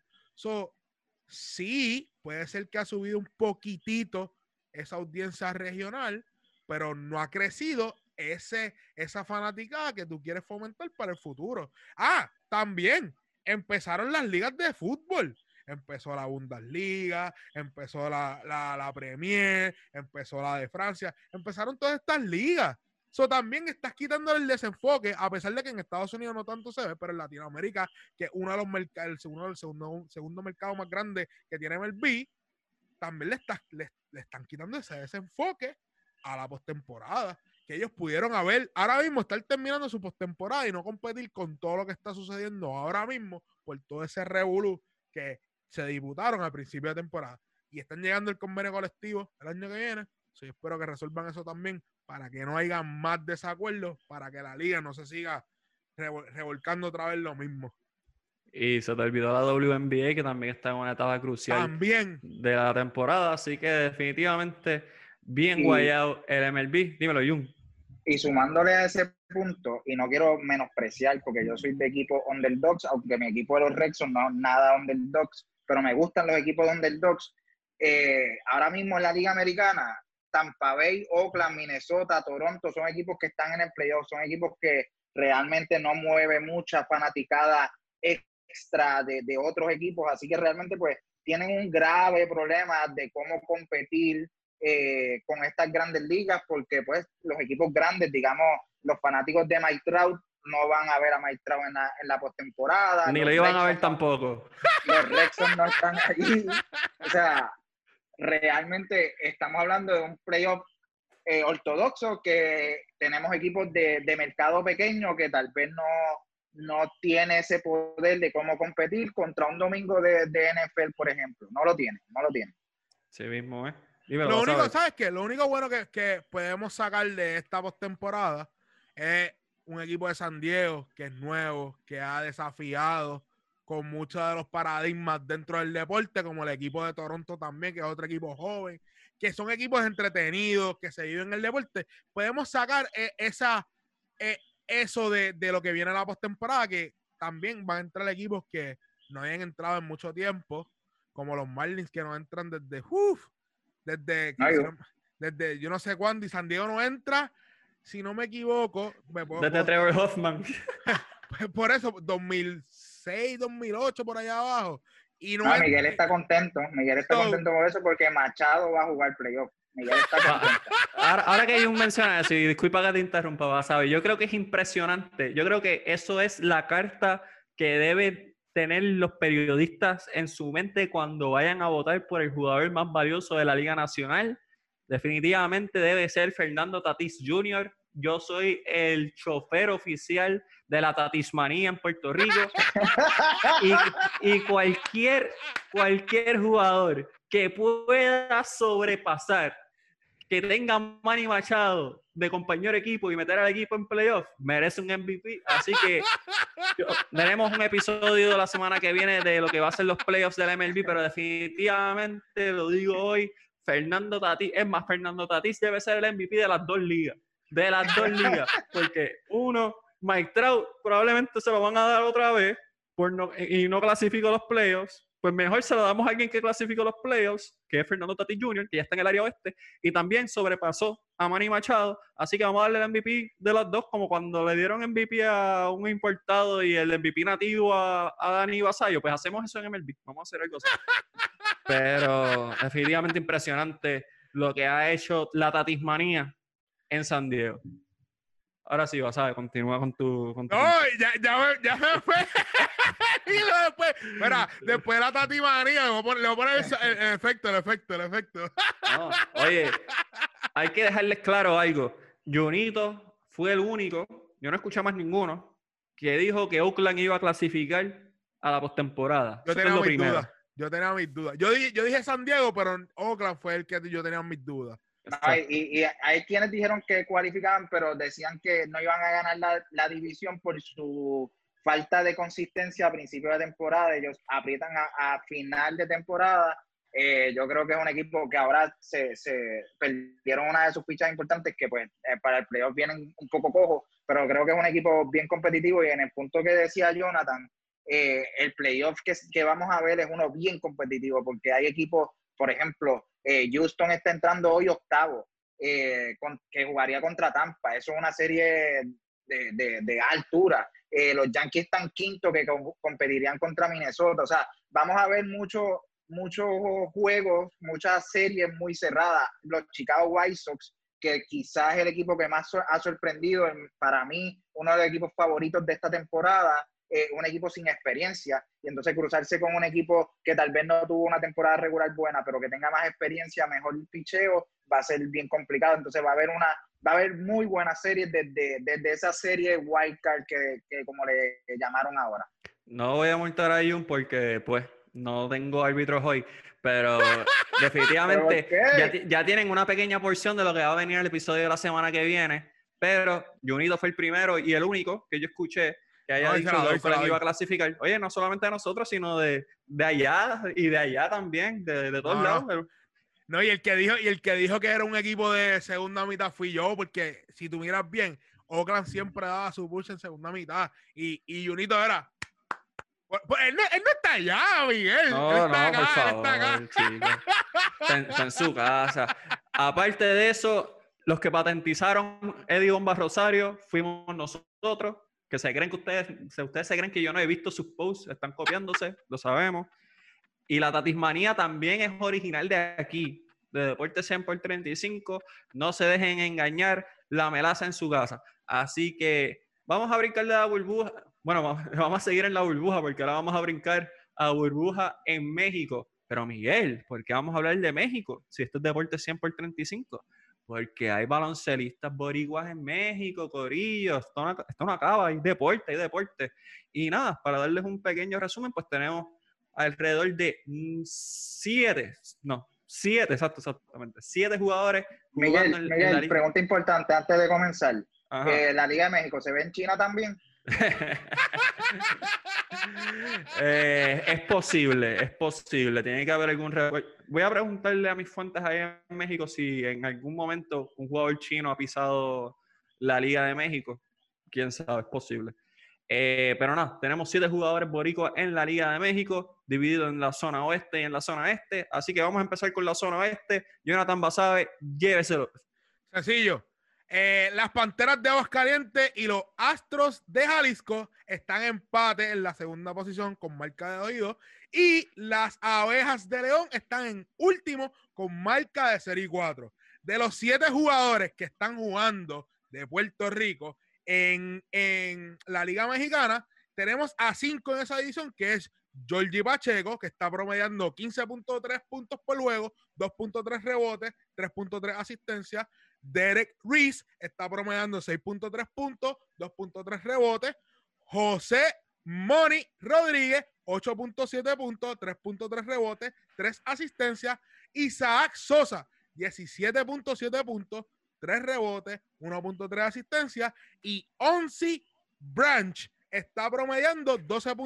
Sí, puede ser que ha subido un poquitito esa audiencia regional, pero no ha crecido esa fanaticada que tú quieres fomentar para el futuro. También empezaron las ligas de fútbol. Empezó la Bundesliga, empezó la Premier, empezó la de Francia, empezaron todas estas ligas. También estás quitando el desenfoque, a pesar de que en Estados Unidos no tanto se ve, pero en Latinoamérica, que es uno de los mercados, el segundo mercado más grande que tiene MLB, también le están quitando ese desenfoque a la postemporada, que ellos pudieron haber, ahora mismo estar terminando su postemporada y no competir con todo lo que está sucediendo ahora mismo por todo ese revolú que se disputaron al principio de temporada. Y están llegando el convenio colectivo el año que viene. So, yo espero que resuelvan eso también para que no haya más desacuerdos, para que la liga no se siga revolcando otra vez lo mismo. Y se te olvidó la WNBA, que también está en una etapa crucial También de la temporada, así que definitivamente bien guayado el MLB. Dímelo, Jun. Y sumándole a ese punto, y no quiero menospreciar porque yo soy de equipo underdogs, aunque mi equipo de los Red Sox no nada underdogs, pero me gustan los equipos de underdogs. Ahora mismo en la Liga Americana, Tampa Bay, Oakland, Minnesota, Toronto son equipos que están en el playoff, son equipos que realmente no mueven mucha fanaticada extra de otros equipos, así que realmente pues tienen un grave problema de cómo competir con estas grandes ligas, porque pues los equipos grandes, digamos, los fanáticos de Mike Trout no van a ver a Mike Trout en la postemporada. Ni lo iban a ver tampoco. Los Red Sox no están allí. O sea, realmente estamos hablando de un playoff ortodoxo, que tenemos equipos de mercado pequeño que tal vez no tiene ese poder de cómo competir contra un domingo de NFL, por ejemplo. No lo tiene. Sí mismo, ¿eh? Lo único, ¿sabes qué? Lo único bueno que podemos sacar de esta postemporada es un equipo de San Diego que es nuevo, que ha desafiado con muchos de los paradigmas dentro del deporte, como el equipo de Toronto también, que es otro equipo joven, que son equipos entretenidos, que se viven en el deporte. Podemos sacar eso de lo que viene a la postemporada, que también van a entrar equipos que no hayan entrado en mucho tiempo, como los Marlins, que no entran desde yo no sé cuándo, y San Diego no entra, si no me equivoco. Desde Trevor Hoffman. Por eso, 2006, 2008, por allá abajo. Y no Miguel está contento. Miguel está contento por eso, porque Machado va a jugar playoff. Miguel está contento. Ahora que Jun menciona eso, y disculpa que te interrumpa, ¿sabes? Yo creo que es impresionante. Yo creo que eso es la carta que deben tener los periodistas en su mente cuando vayan a votar por el jugador más valioso de la Liga Nacional. Definitivamente debe ser Fernando Tatis Jr. Yo soy el chofer oficial de la Tatismanía en Puerto Rico. Y cualquier jugador que pueda sobrepasar, que tenga Manny Machado de compañero de equipo y meter al equipo en playoff, merece un MVP. Así que tenemos un episodio la semana que viene de lo que va a ser los playoffs de la MLB, pero definitivamente, lo digo hoy, Fernando Tatis debe ser el MVP de las dos ligas. Porque uno, Mike Trout probablemente se lo van a dar otra vez y no clasificó los playoffs. Pues mejor se lo damos a alguien que clasificó los playoffs, que es Fernando Tatis Jr., que ya está en el área oeste, y también sobrepasó a Manny Machado. Así que vamos a darle el MVP de las dos, como cuando le dieron MVP a un importado y el MVP nativo a Dani Vasallo. Pues hacemos eso en MLB. Vamos a hacer algo así. Pero definitivamente impresionante lo que ha hecho la Tatismanía en San Diego. Ahora sí, Vasallo, continúa con tu... No, ya me fue. Y después, mira, después de la Tatismanía, le voy a poner el efecto. No, oye, hay que dejarles claro algo. Junito fue el único, yo no escuché más ninguno, que dijo que Oakland iba a clasificar a la postemporada. Yo tenía mis dudas. Yo dije San Diego, pero Oakland fue el que yo tenía mis dudas. Y hay quienes dijeron que cualificaban, pero decían que no iban a ganar la división por su falta de consistencia a principio de temporada. Ellos aprietan a final de temporada. Yo creo que es un equipo que ahora se perdieron una de sus fichas importantes, que pues para el playoff vienen un poco cojos, pero creo que es un equipo bien competitivo. Y en el punto que decía Jonathan, el playoff que vamos a ver es uno bien competitivo, porque hay equipos, por ejemplo, Houston está entrando hoy octavo, que jugaría contra Tampa. Eso es una serie de altura. Los Yankees están quinto, que competirían contra Minnesota. O sea, vamos a ver muchos juegos, muchas series muy cerradas. Los Chicago White Sox, que quizás es el equipo que más ha sorprendido, para mí, uno de los equipos favoritos de esta temporada. un equipo sin experiencia, y entonces cruzarse con un equipo que tal vez no tuvo una temporada regular buena, pero que tenga más experiencia, mejor picheo, va a ser bien complicado. Entonces va a haber muy buenas series desde esa serie Wildcard que como le llamaron ahora. No voy a multar a Jun porque, pues, no tengo árbitros hoy, pero definitivamente ya tienen una pequeña porción de lo que va a venir el episodio de la semana que viene, pero Junito fue el primero y el único que yo escuché que haya dicho que Oakland iba a clasificar. Oye, no solamente de nosotros, sino de allá y de allá también, de todos lados. Pero... No, y el que dijo que era un equipo de segunda mitad fui yo, porque si tú miras bien, Oakland siempre daba su push en segunda mitad y Junito era... Pues él no está allá, Miguel. No, él está acá, por favor, él está acá. Está en su casa. Aparte de eso, los que patentizaron Eddie Bomba Rosario fuimos nosotros, que se creen que ustedes se creen que yo no he visto sus posts, están copiándose, lo sabemos. Y la Tatismanía también es original de aquí, de Deportes 100 por 35. No se dejen engañar, la melaza en su casa. Así que vamos a brincar de la burbuja. Bueno, vamos a seguir en la burbuja porque ahora vamos a brincar a burbuja en México. Pero Miguel, ¿por qué vamos a hablar de México? Si esto es Deportes 100 por 35. Porque hay baloncelistas boricuas en México, corillo. Esto no acaba, hay deporte. Y nada, para darles un pequeño resumen, pues tenemos alrededor de 7 jugadores jugando Miguel, en la liga. Pregunta importante antes de comenzar. ¿La Liga de México se ve en China también? Es posible. Tiene que haber algún... Voy a preguntarle a mis fuentes allá en México si en algún momento un jugador chino ha pisado la Liga de México. Quién sabe, es posible. Pero no, tenemos 7 jugadores boricuas en la Liga de México, divididos en la zona oeste y en la zona este. Así que vamos a empezar con la zona oeste. Jonathan Basabe, lléveselo. Sencillo. Las Panteras de Aguascalientes y los Astros de Jalisco están en empate en la segunda posición con marca de 2-2. Y las Abejas de León están en último con marca de 0-4. De los 7 jugadores que están jugando de Puerto Rico en la Liga Mexicana, tenemos a 5 en esa división, que es Georgie Pacheco, que está promediando 15.3 puntos por juego, 2.3 rebotes, 3.3 asistencias. Derek Reese está promediando 6.3 puntos, 2.3 rebotes. José Moni Rodríguez, 8.7 puntos, 3.3 rebotes, 3 asistencias. Isaac Sosa, 17.7 puntos, 3 rebotes, 1.3 asistencias. Y Onsi Branch está promediando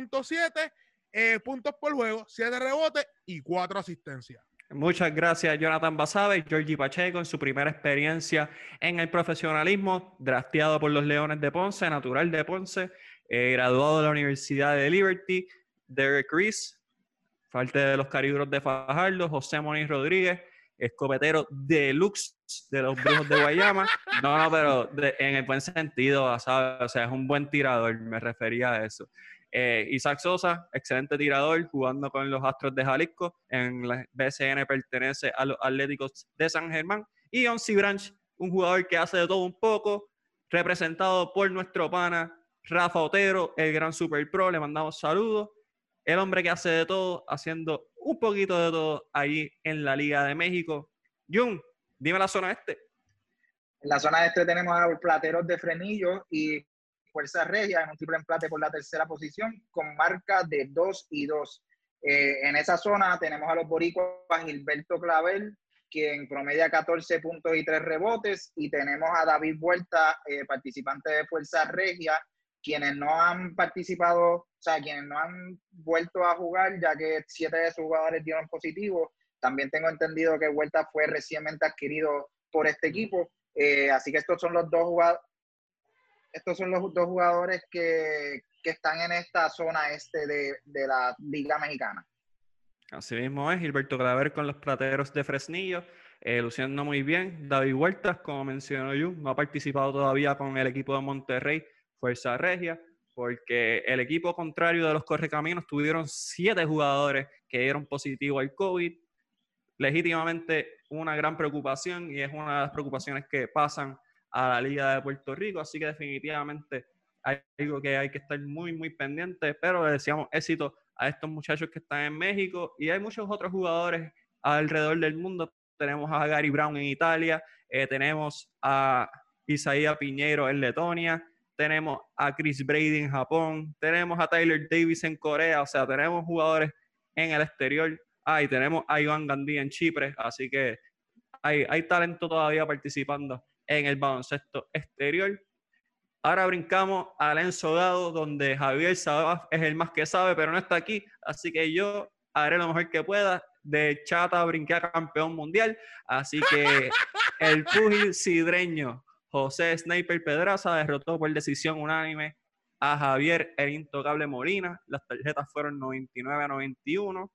12.7 puntos por juego, 7 rebotes y 4 asistencias. Muchas gracias, Jonathan Basabe. Georgie Pacheco en su primera experiencia en el profesionalismo, drafteado por los Leones de Ponce, natural de Ponce, graduado de la Universidad de Liberty. Derek Reese, parte de los Caribros de Fajardo. José Moniz Rodríguez, escopetero deluxe de los Brujos de Guayama. No, pero en el buen sentido, Basabe, o sea, es un buen tirador, me refería a eso. Isaac Sosa, excelente tirador, jugando con los Astros de Jalisco. En la BCN pertenece a los Atléticos de San Germán. Y Onsi Branch, un jugador que hace de todo un poco, representado por nuestro pana Rafa Otero, el gran Super Pro. Le mandamos saludos. El hombre que hace de todo, haciendo un poquito de todo ahí en la Liga de México. Jun, dime la zona este. En la zona este tenemos a los Plateros de Fresnillo y Fuerza Regia en un triple empate por la tercera posición con marca de 2-2. En esa zona tenemos a los boricuas Gilberto Clavel, quien promedia 14 puntos y 3 rebotes, y tenemos a David Vuelta, participante de Fuerza Regia, quienes no han participado, o sea, quienes no han vuelto a jugar, ya que 7 de sus jugadores dieron positivo. También tengo entendido que Vuelta fue recientemente adquirido por este equipo. Así que estos son los dos jugadores que están en esta zona este de la Liga Mexicana. Así mismo es, Gilberto Claver con los Plateros de Fresnillo, luciendo muy bien. David Huertas, como mencionó yo, no ha participado todavía con el equipo de Monterrey, Fuerza Regia, porque el equipo contrario de los Correcaminos tuvieron 7 jugadores que dieron positivo al COVID. Legítimamente una gran preocupación, y es una de las preocupaciones que pasan a la Liga de Puerto Rico, así que definitivamente algo que hay que estar muy, muy pendiente, pero le deseamos éxito a estos muchachos que están en México y hay muchos otros jugadores alrededor del mundo. Tenemos a Gary Brown en Italia, tenemos a Isaías Piñeiro en Letonia, tenemos a Chris Brady en Japón, tenemos a Tyler Davis en Corea, o sea, tenemos jugadores en el exterior. Y tenemos a Iván Gandhi en Chipre, así que hay talento todavía participando en el baloncesto exterior. Ahora brincamos al ensodado, donde Javier Sabaf es el más que sabe, pero no está aquí, así que yo haré lo mejor que pueda. De chata brinqué a campeón mundial, así que el púgil sidreño José Sniper Pedraza derrotó por decisión unánime a Javier el Intocable Molina. Las tarjetas fueron 99-91,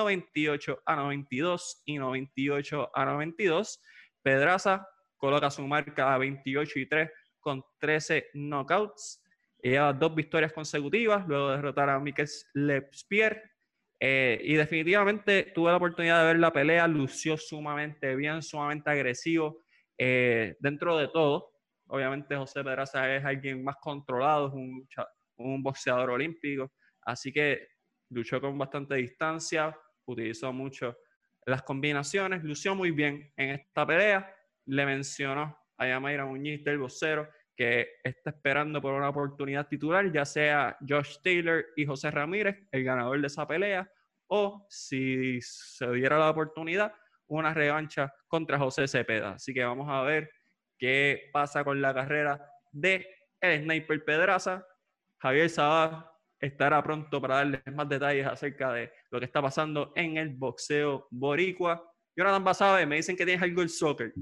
98-92 y 98-92. Pedraza coloca su marca a 28-3 con 13 knockouts. Lleva 2 victorias consecutivas luego de derrotar a Mikel Lepierre. Y definitivamente tuve la oportunidad de ver la pelea, lució sumamente bien, sumamente agresivo dentro de todo. Obviamente José Pedraza es alguien más controlado, es un boxeador olímpico, así que luchó con bastante distancia, utilizó mucho las combinaciones, lució muy bien en esta pelea. Le mencionó a Yamaira Muñiz del vocero que está esperando por una oportunidad titular, ya sea Josh Taylor y José Ramírez, el ganador de esa pelea, o si se diera la oportunidad, una revancha contra José Cepeda. Así que vamos a ver qué pasa con la carrera de el Sniper Pedraza. Javier Sabah estará pronto para darles más detalles acerca de lo que está pasando en el boxeo boricua. Jonathan Basabe, me dicen que tienes algo del soccer.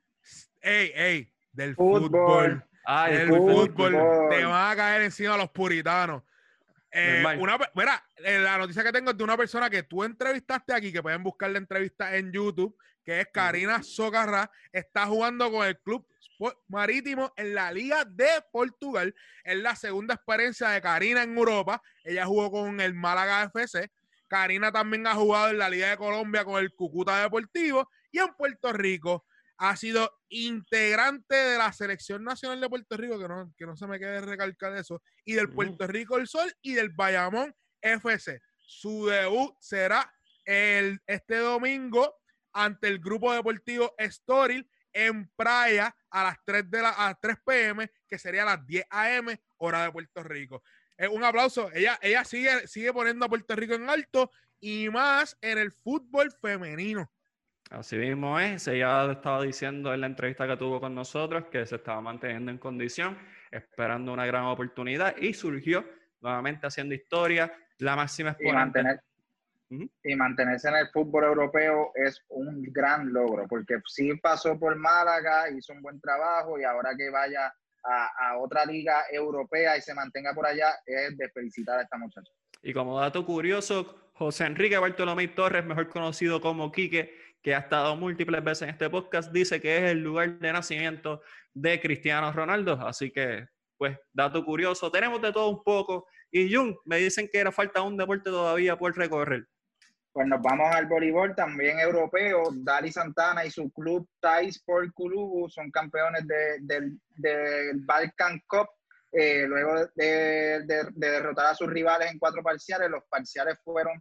Ey, del fútbol. Del fútbol. Te van a caer encima los puritanos. Mira, la noticia que tengo es de una persona que tú entrevistaste aquí, que pueden buscar la entrevista en YouTube, que es Karina Socarrá. Está jugando con el Club Marítimo en la Liga de Portugal. Es la segunda experiencia de Karina en Europa. Ella jugó con el Málaga FC. Karina también ha jugado en la Liga de Colombia con el Cúcuta Deportivo, y en Puerto Rico ha sido integrante de la Selección Nacional de Puerto Rico, que no se me quede recalcar eso, y del Puerto Rico El Sol y del Bayamón FC. Su debut será este domingo ante el grupo deportivo Estoril en Praia a las 3 p.m., que sería a las 10 a.m., hora de Puerto Rico. Un aplauso. Ella sigue poniendo a Puerto Rico en alto, y más en el fútbol femenino. Así mismo es, ella estaba diciendo en la entrevista que tuvo con nosotros que se estaba manteniendo en condición, esperando una gran oportunidad, y surgió nuevamente haciendo historia, la máxima exponente. Y mantenerse en el fútbol europeo es un gran logro, porque sí pasó por Málaga, hizo un buen trabajo, y ahora que vaya a otra liga europea y se mantenga por allá, es de felicitar a esta muchacha. Y como dato curioso, José Enrique Bartolomé Torres, mejor conocido como Quique, que ha estado múltiples veces en este podcast, dice que es el lugar de nacimiento de Cristiano Ronaldo. Así que, pues, dato curioso. Tenemos de todo un poco. Y Jun, me dicen que era falta un deporte todavía por recorrer. Pues nos vamos al voleibol, también europeo. Dali Santana y su club Taispor Kulubu son campeones del Balkan Cup. Luego de derrotar a sus rivales en 4 parciales. Los parciales fueron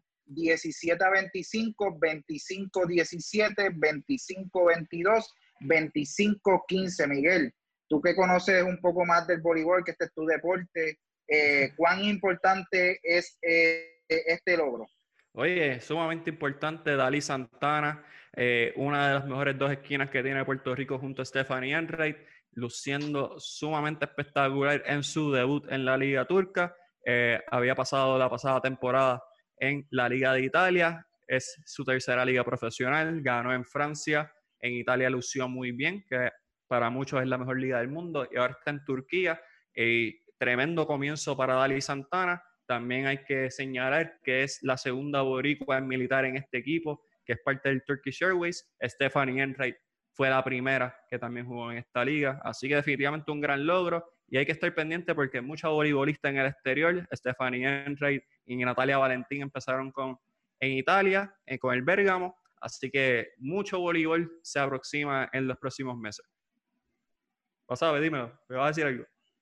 17-25, 25-17, 25-22, 25-15. Miguel, tú que conoces un poco más del voleibol, que este es tu deporte, ¿cuán importante es este logro? Oye, sumamente importante. Dali Santana, una de las mejores 2 esquinas que tiene Puerto Rico junto a Stephanie Enright, luciendo sumamente espectacular en su debut en la Liga Turca. Había pasado la pasada temporada en la Liga de Italia, es su tercera liga profesional, ganó en Francia, en Italia lució muy bien, que para muchos es la mejor liga del mundo, y ahora está en Turquía. Tremendo comienzo para Dali Santana. También hay que señalar que es la segunda boricua en militar en este equipo, que es parte del Turkish Airways. Stephanie Enright fue la primera que también jugó en esta liga, así que definitivamente un gran logro, y hay que estar pendiente porque muchos voleibolistas en el exterior, Stephanie Enright y Natalia Valentín, empezaron en Italia, con el Bérgamo, así que mucho voleibol se aproxima en los próximos meses. Pasado, dímelo, ¿me vas a decir algo?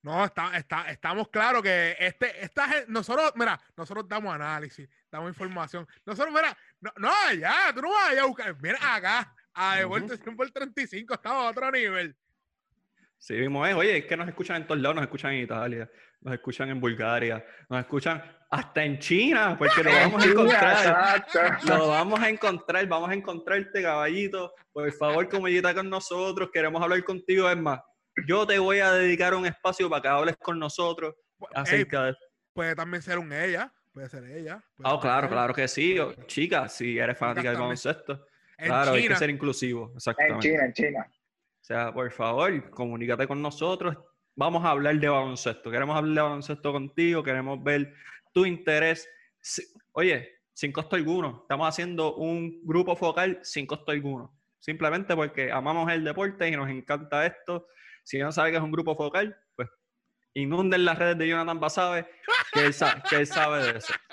No, estamos claros que nosotros damos análisis, damos información. Nosotros, mira, no allá, tú no vas allá a buscar. Mira acá, a de vuelta siempre el 35, estamos a otro nivel. Sí, mismo es. Oye, es que nos escuchan en todos lados, nos escuchan en Italia, nos escuchan en Bulgaria, nos escuchan hasta en China, porque lo vamos a encontrar. Lo vamos a encontrarte, caballito. Por favor, comunícate con nosotros, queremos hablar contigo. Es más, yo te voy a dedicar un espacio para que hables con nosotros acerca de... Puede también ser puede ser ella. Claro que sí. Chica, si eres fanática del baloncesto. Claro, hay que ser inclusivo. Exactamente. En China. O sea, por favor, comunícate con nosotros. Vamos a hablar de baloncesto. Queremos hablar de baloncesto contigo. Queremos ver tu interés. Oye, sin costo alguno. Estamos haciendo un grupo focal sin costo alguno. Simplemente porque amamos el deporte y nos encanta esto. Si no sabe que es un grupo focal, pues inunden las redes de Jonathan Basabe, que él sabe de eso.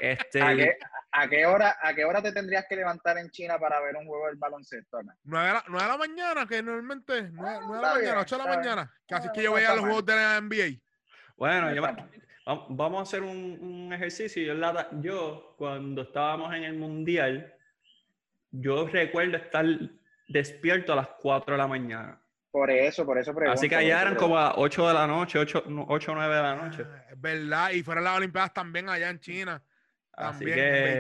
¿A qué hora te tendrías que levantar en China para ver un juego del baloncesto? 9 de la mañana, que normalmente 9 de la mañana, 8 de la mañana. Casi que yo veía los juegos de la NBA. Bueno, vamos a hacer un ejercicio. Yo, cuando estábamos en el Mundial, yo recuerdo estar despierto a las 4 de la mañana. Por eso pregunto. Así que allá eran como a 8 de la noche, 8 o 9 de la noche. Es verdad, y fueron las Olimpiadas también allá en China. También,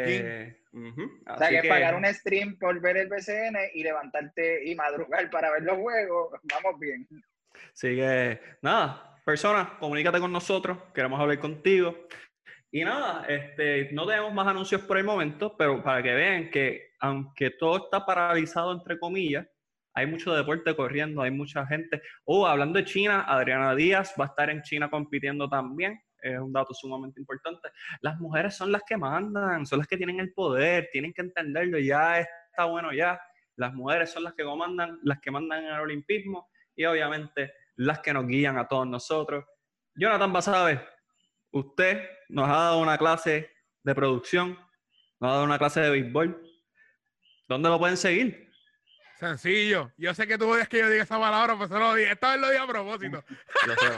o sea, que pagar un stream por ver el BCN y levantarte y madrugar para ver los juegos, vamos bien. Así que, nada, personas, comunícate con nosotros, queremos hablar contigo. Y nada, no tenemos más anuncios por el momento, pero para que vean que aunque todo está paralizado, entre comillas, hay mucho deporte corriendo, hay mucha gente. Hablando de China, Adriana Díaz va a estar en China compitiendo también. Es un dato sumamente importante. Las mujeres son las que mandan, son las que tienen el poder, tienen que entenderlo. Ya está bueno ya. Las mujeres son las que comandan, las que mandan en el olimpismo y obviamente las que nos guían a todos nosotros. Jonathan Basabe, usted nos ha dado una clase de producción, nos ha dado una clase de béisbol. ¿Dónde lo pueden seguir? Sencillo. Yo sé que tú odias que yo diga esa palabra, pues lo dije. Esta vez lo dije a propósito. Lo sé.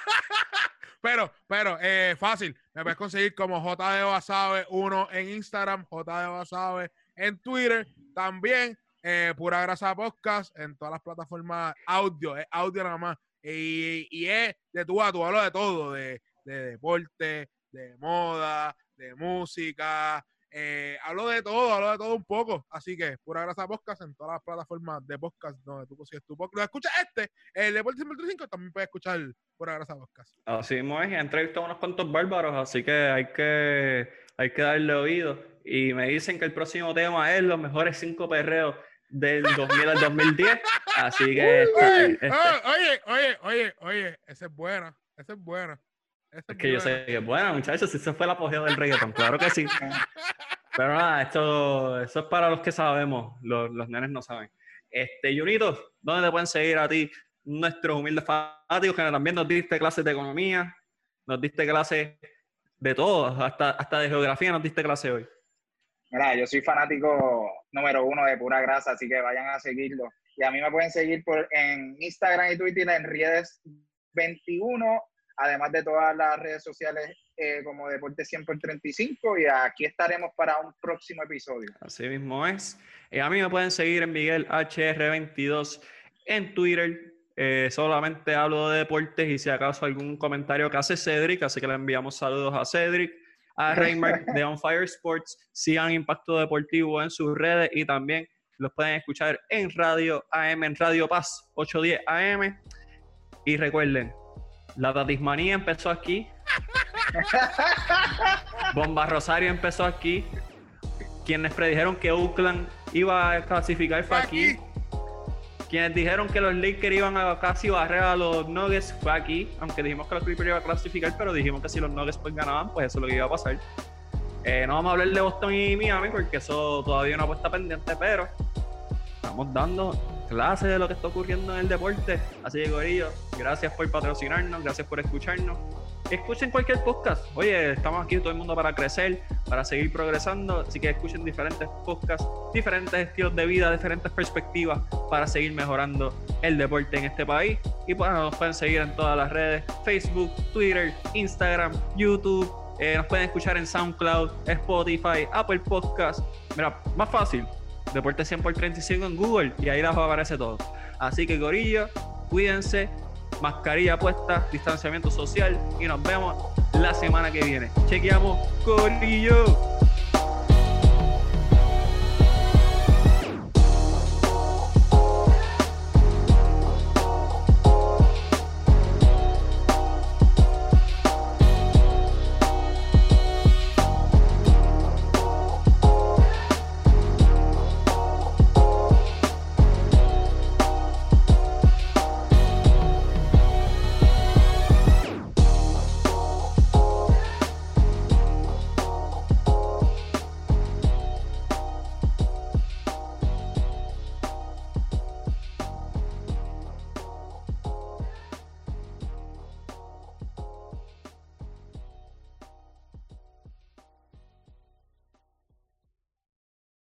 Pero, fácil. Me puedes conseguir como JD Basabe 1 en Instagram, JD Basabe en Twitter. También Pura Grasa Podcast en todas las plataformas audio. Es audio nada más. Y es de tú a tú. Hablo de todo. De deporte, de moda, de música. Hablo de todo un poco. Así que Pura Grasa Podcast en todas las plataformas de podcast donde tú consigues tu podcast. Lo escuchas el Deporte 135, también puedes escuchar Pura Grasa Podcast. Así mismo es, he entrevistado a unos cuantos bárbaros, así que hay que darle oído. Y me dicen que el próximo tema es los mejores 5 perreos del 2000 al 2010. Así que... Oye, esa es buena. Es que yo sé que es buena, muchachos. Si se fue el apogeo del reggaetón, claro que sí. Pero nada, eso es para los que sabemos. Los nenes no saben. Junito, ¿dónde te pueden seguir a ti? Nuestros humildes fanáticos, que también nos diste clases de economía, nos diste clases de todo, hasta de geografía nos diste clase hoy. Mira, yo soy fanático número 1 de Pura Grasa, así que vayan a seguirlo. Y a mí me pueden seguir en Instagram y Twitter en Riedes21, además de todas las redes sociales como Deporte 100 por 35, y aquí estaremos para un próximo episodio. Así mismo es. A mí me pueden seguir en Miguel HR22 en Twitter. Solamente hablo de deportes y si acaso algún comentario que hace Cedric, así que le enviamos saludos a Cedric, a Reymar de On Fire Sports. Sigan Impacto Deportivo en sus redes y también los pueden escuchar en Radio AM, en Radio Paz 810 AM. Y recuerden, la Tatismanía empezó aquí. Bomba Rosario empezó aquí. Quienes predijeron que Oakland iba a clasificar fue aquí. Quienes dijeron que los Lakers iban a casi barrer a los Nuggets fue aquí. Aunque dijimos que los Clippers iban a clasificar, pero dijimos que si los Nuggets pues ganaban, pues eso es lo que iba a pasar. No vamos a hablar de Boston y Miami porque eso todavía no está pendiente, pero estamos dando clases de lo que está ocurriendo en el deporte. Así que, corillo, gracias por patrocinarnos, gracias por escucharnos. Escuchen cualquier podcast. Oye, estamos aquí todo el mundo para crecer, para seguir progresando. Así que escuchen diferentes podcasts, diferentes estilos de vida, diferentes perspectivas para seguir mejorando el deporte en este país. Y pues nos pueden seguir en todas las redes: Facebook, Twitter, Instagram, YouTube. Nos pueden escuchar en SoundCloud, Spotify, Apple Podcast. Mira, más fácil, Deporte 100x35 en Google, y ahí les aparece todo. Así que, corillo, cuídense, mascarilla puesta, distanciamiento social, y nos vemos la semana que viene. Chequeamos, corillo.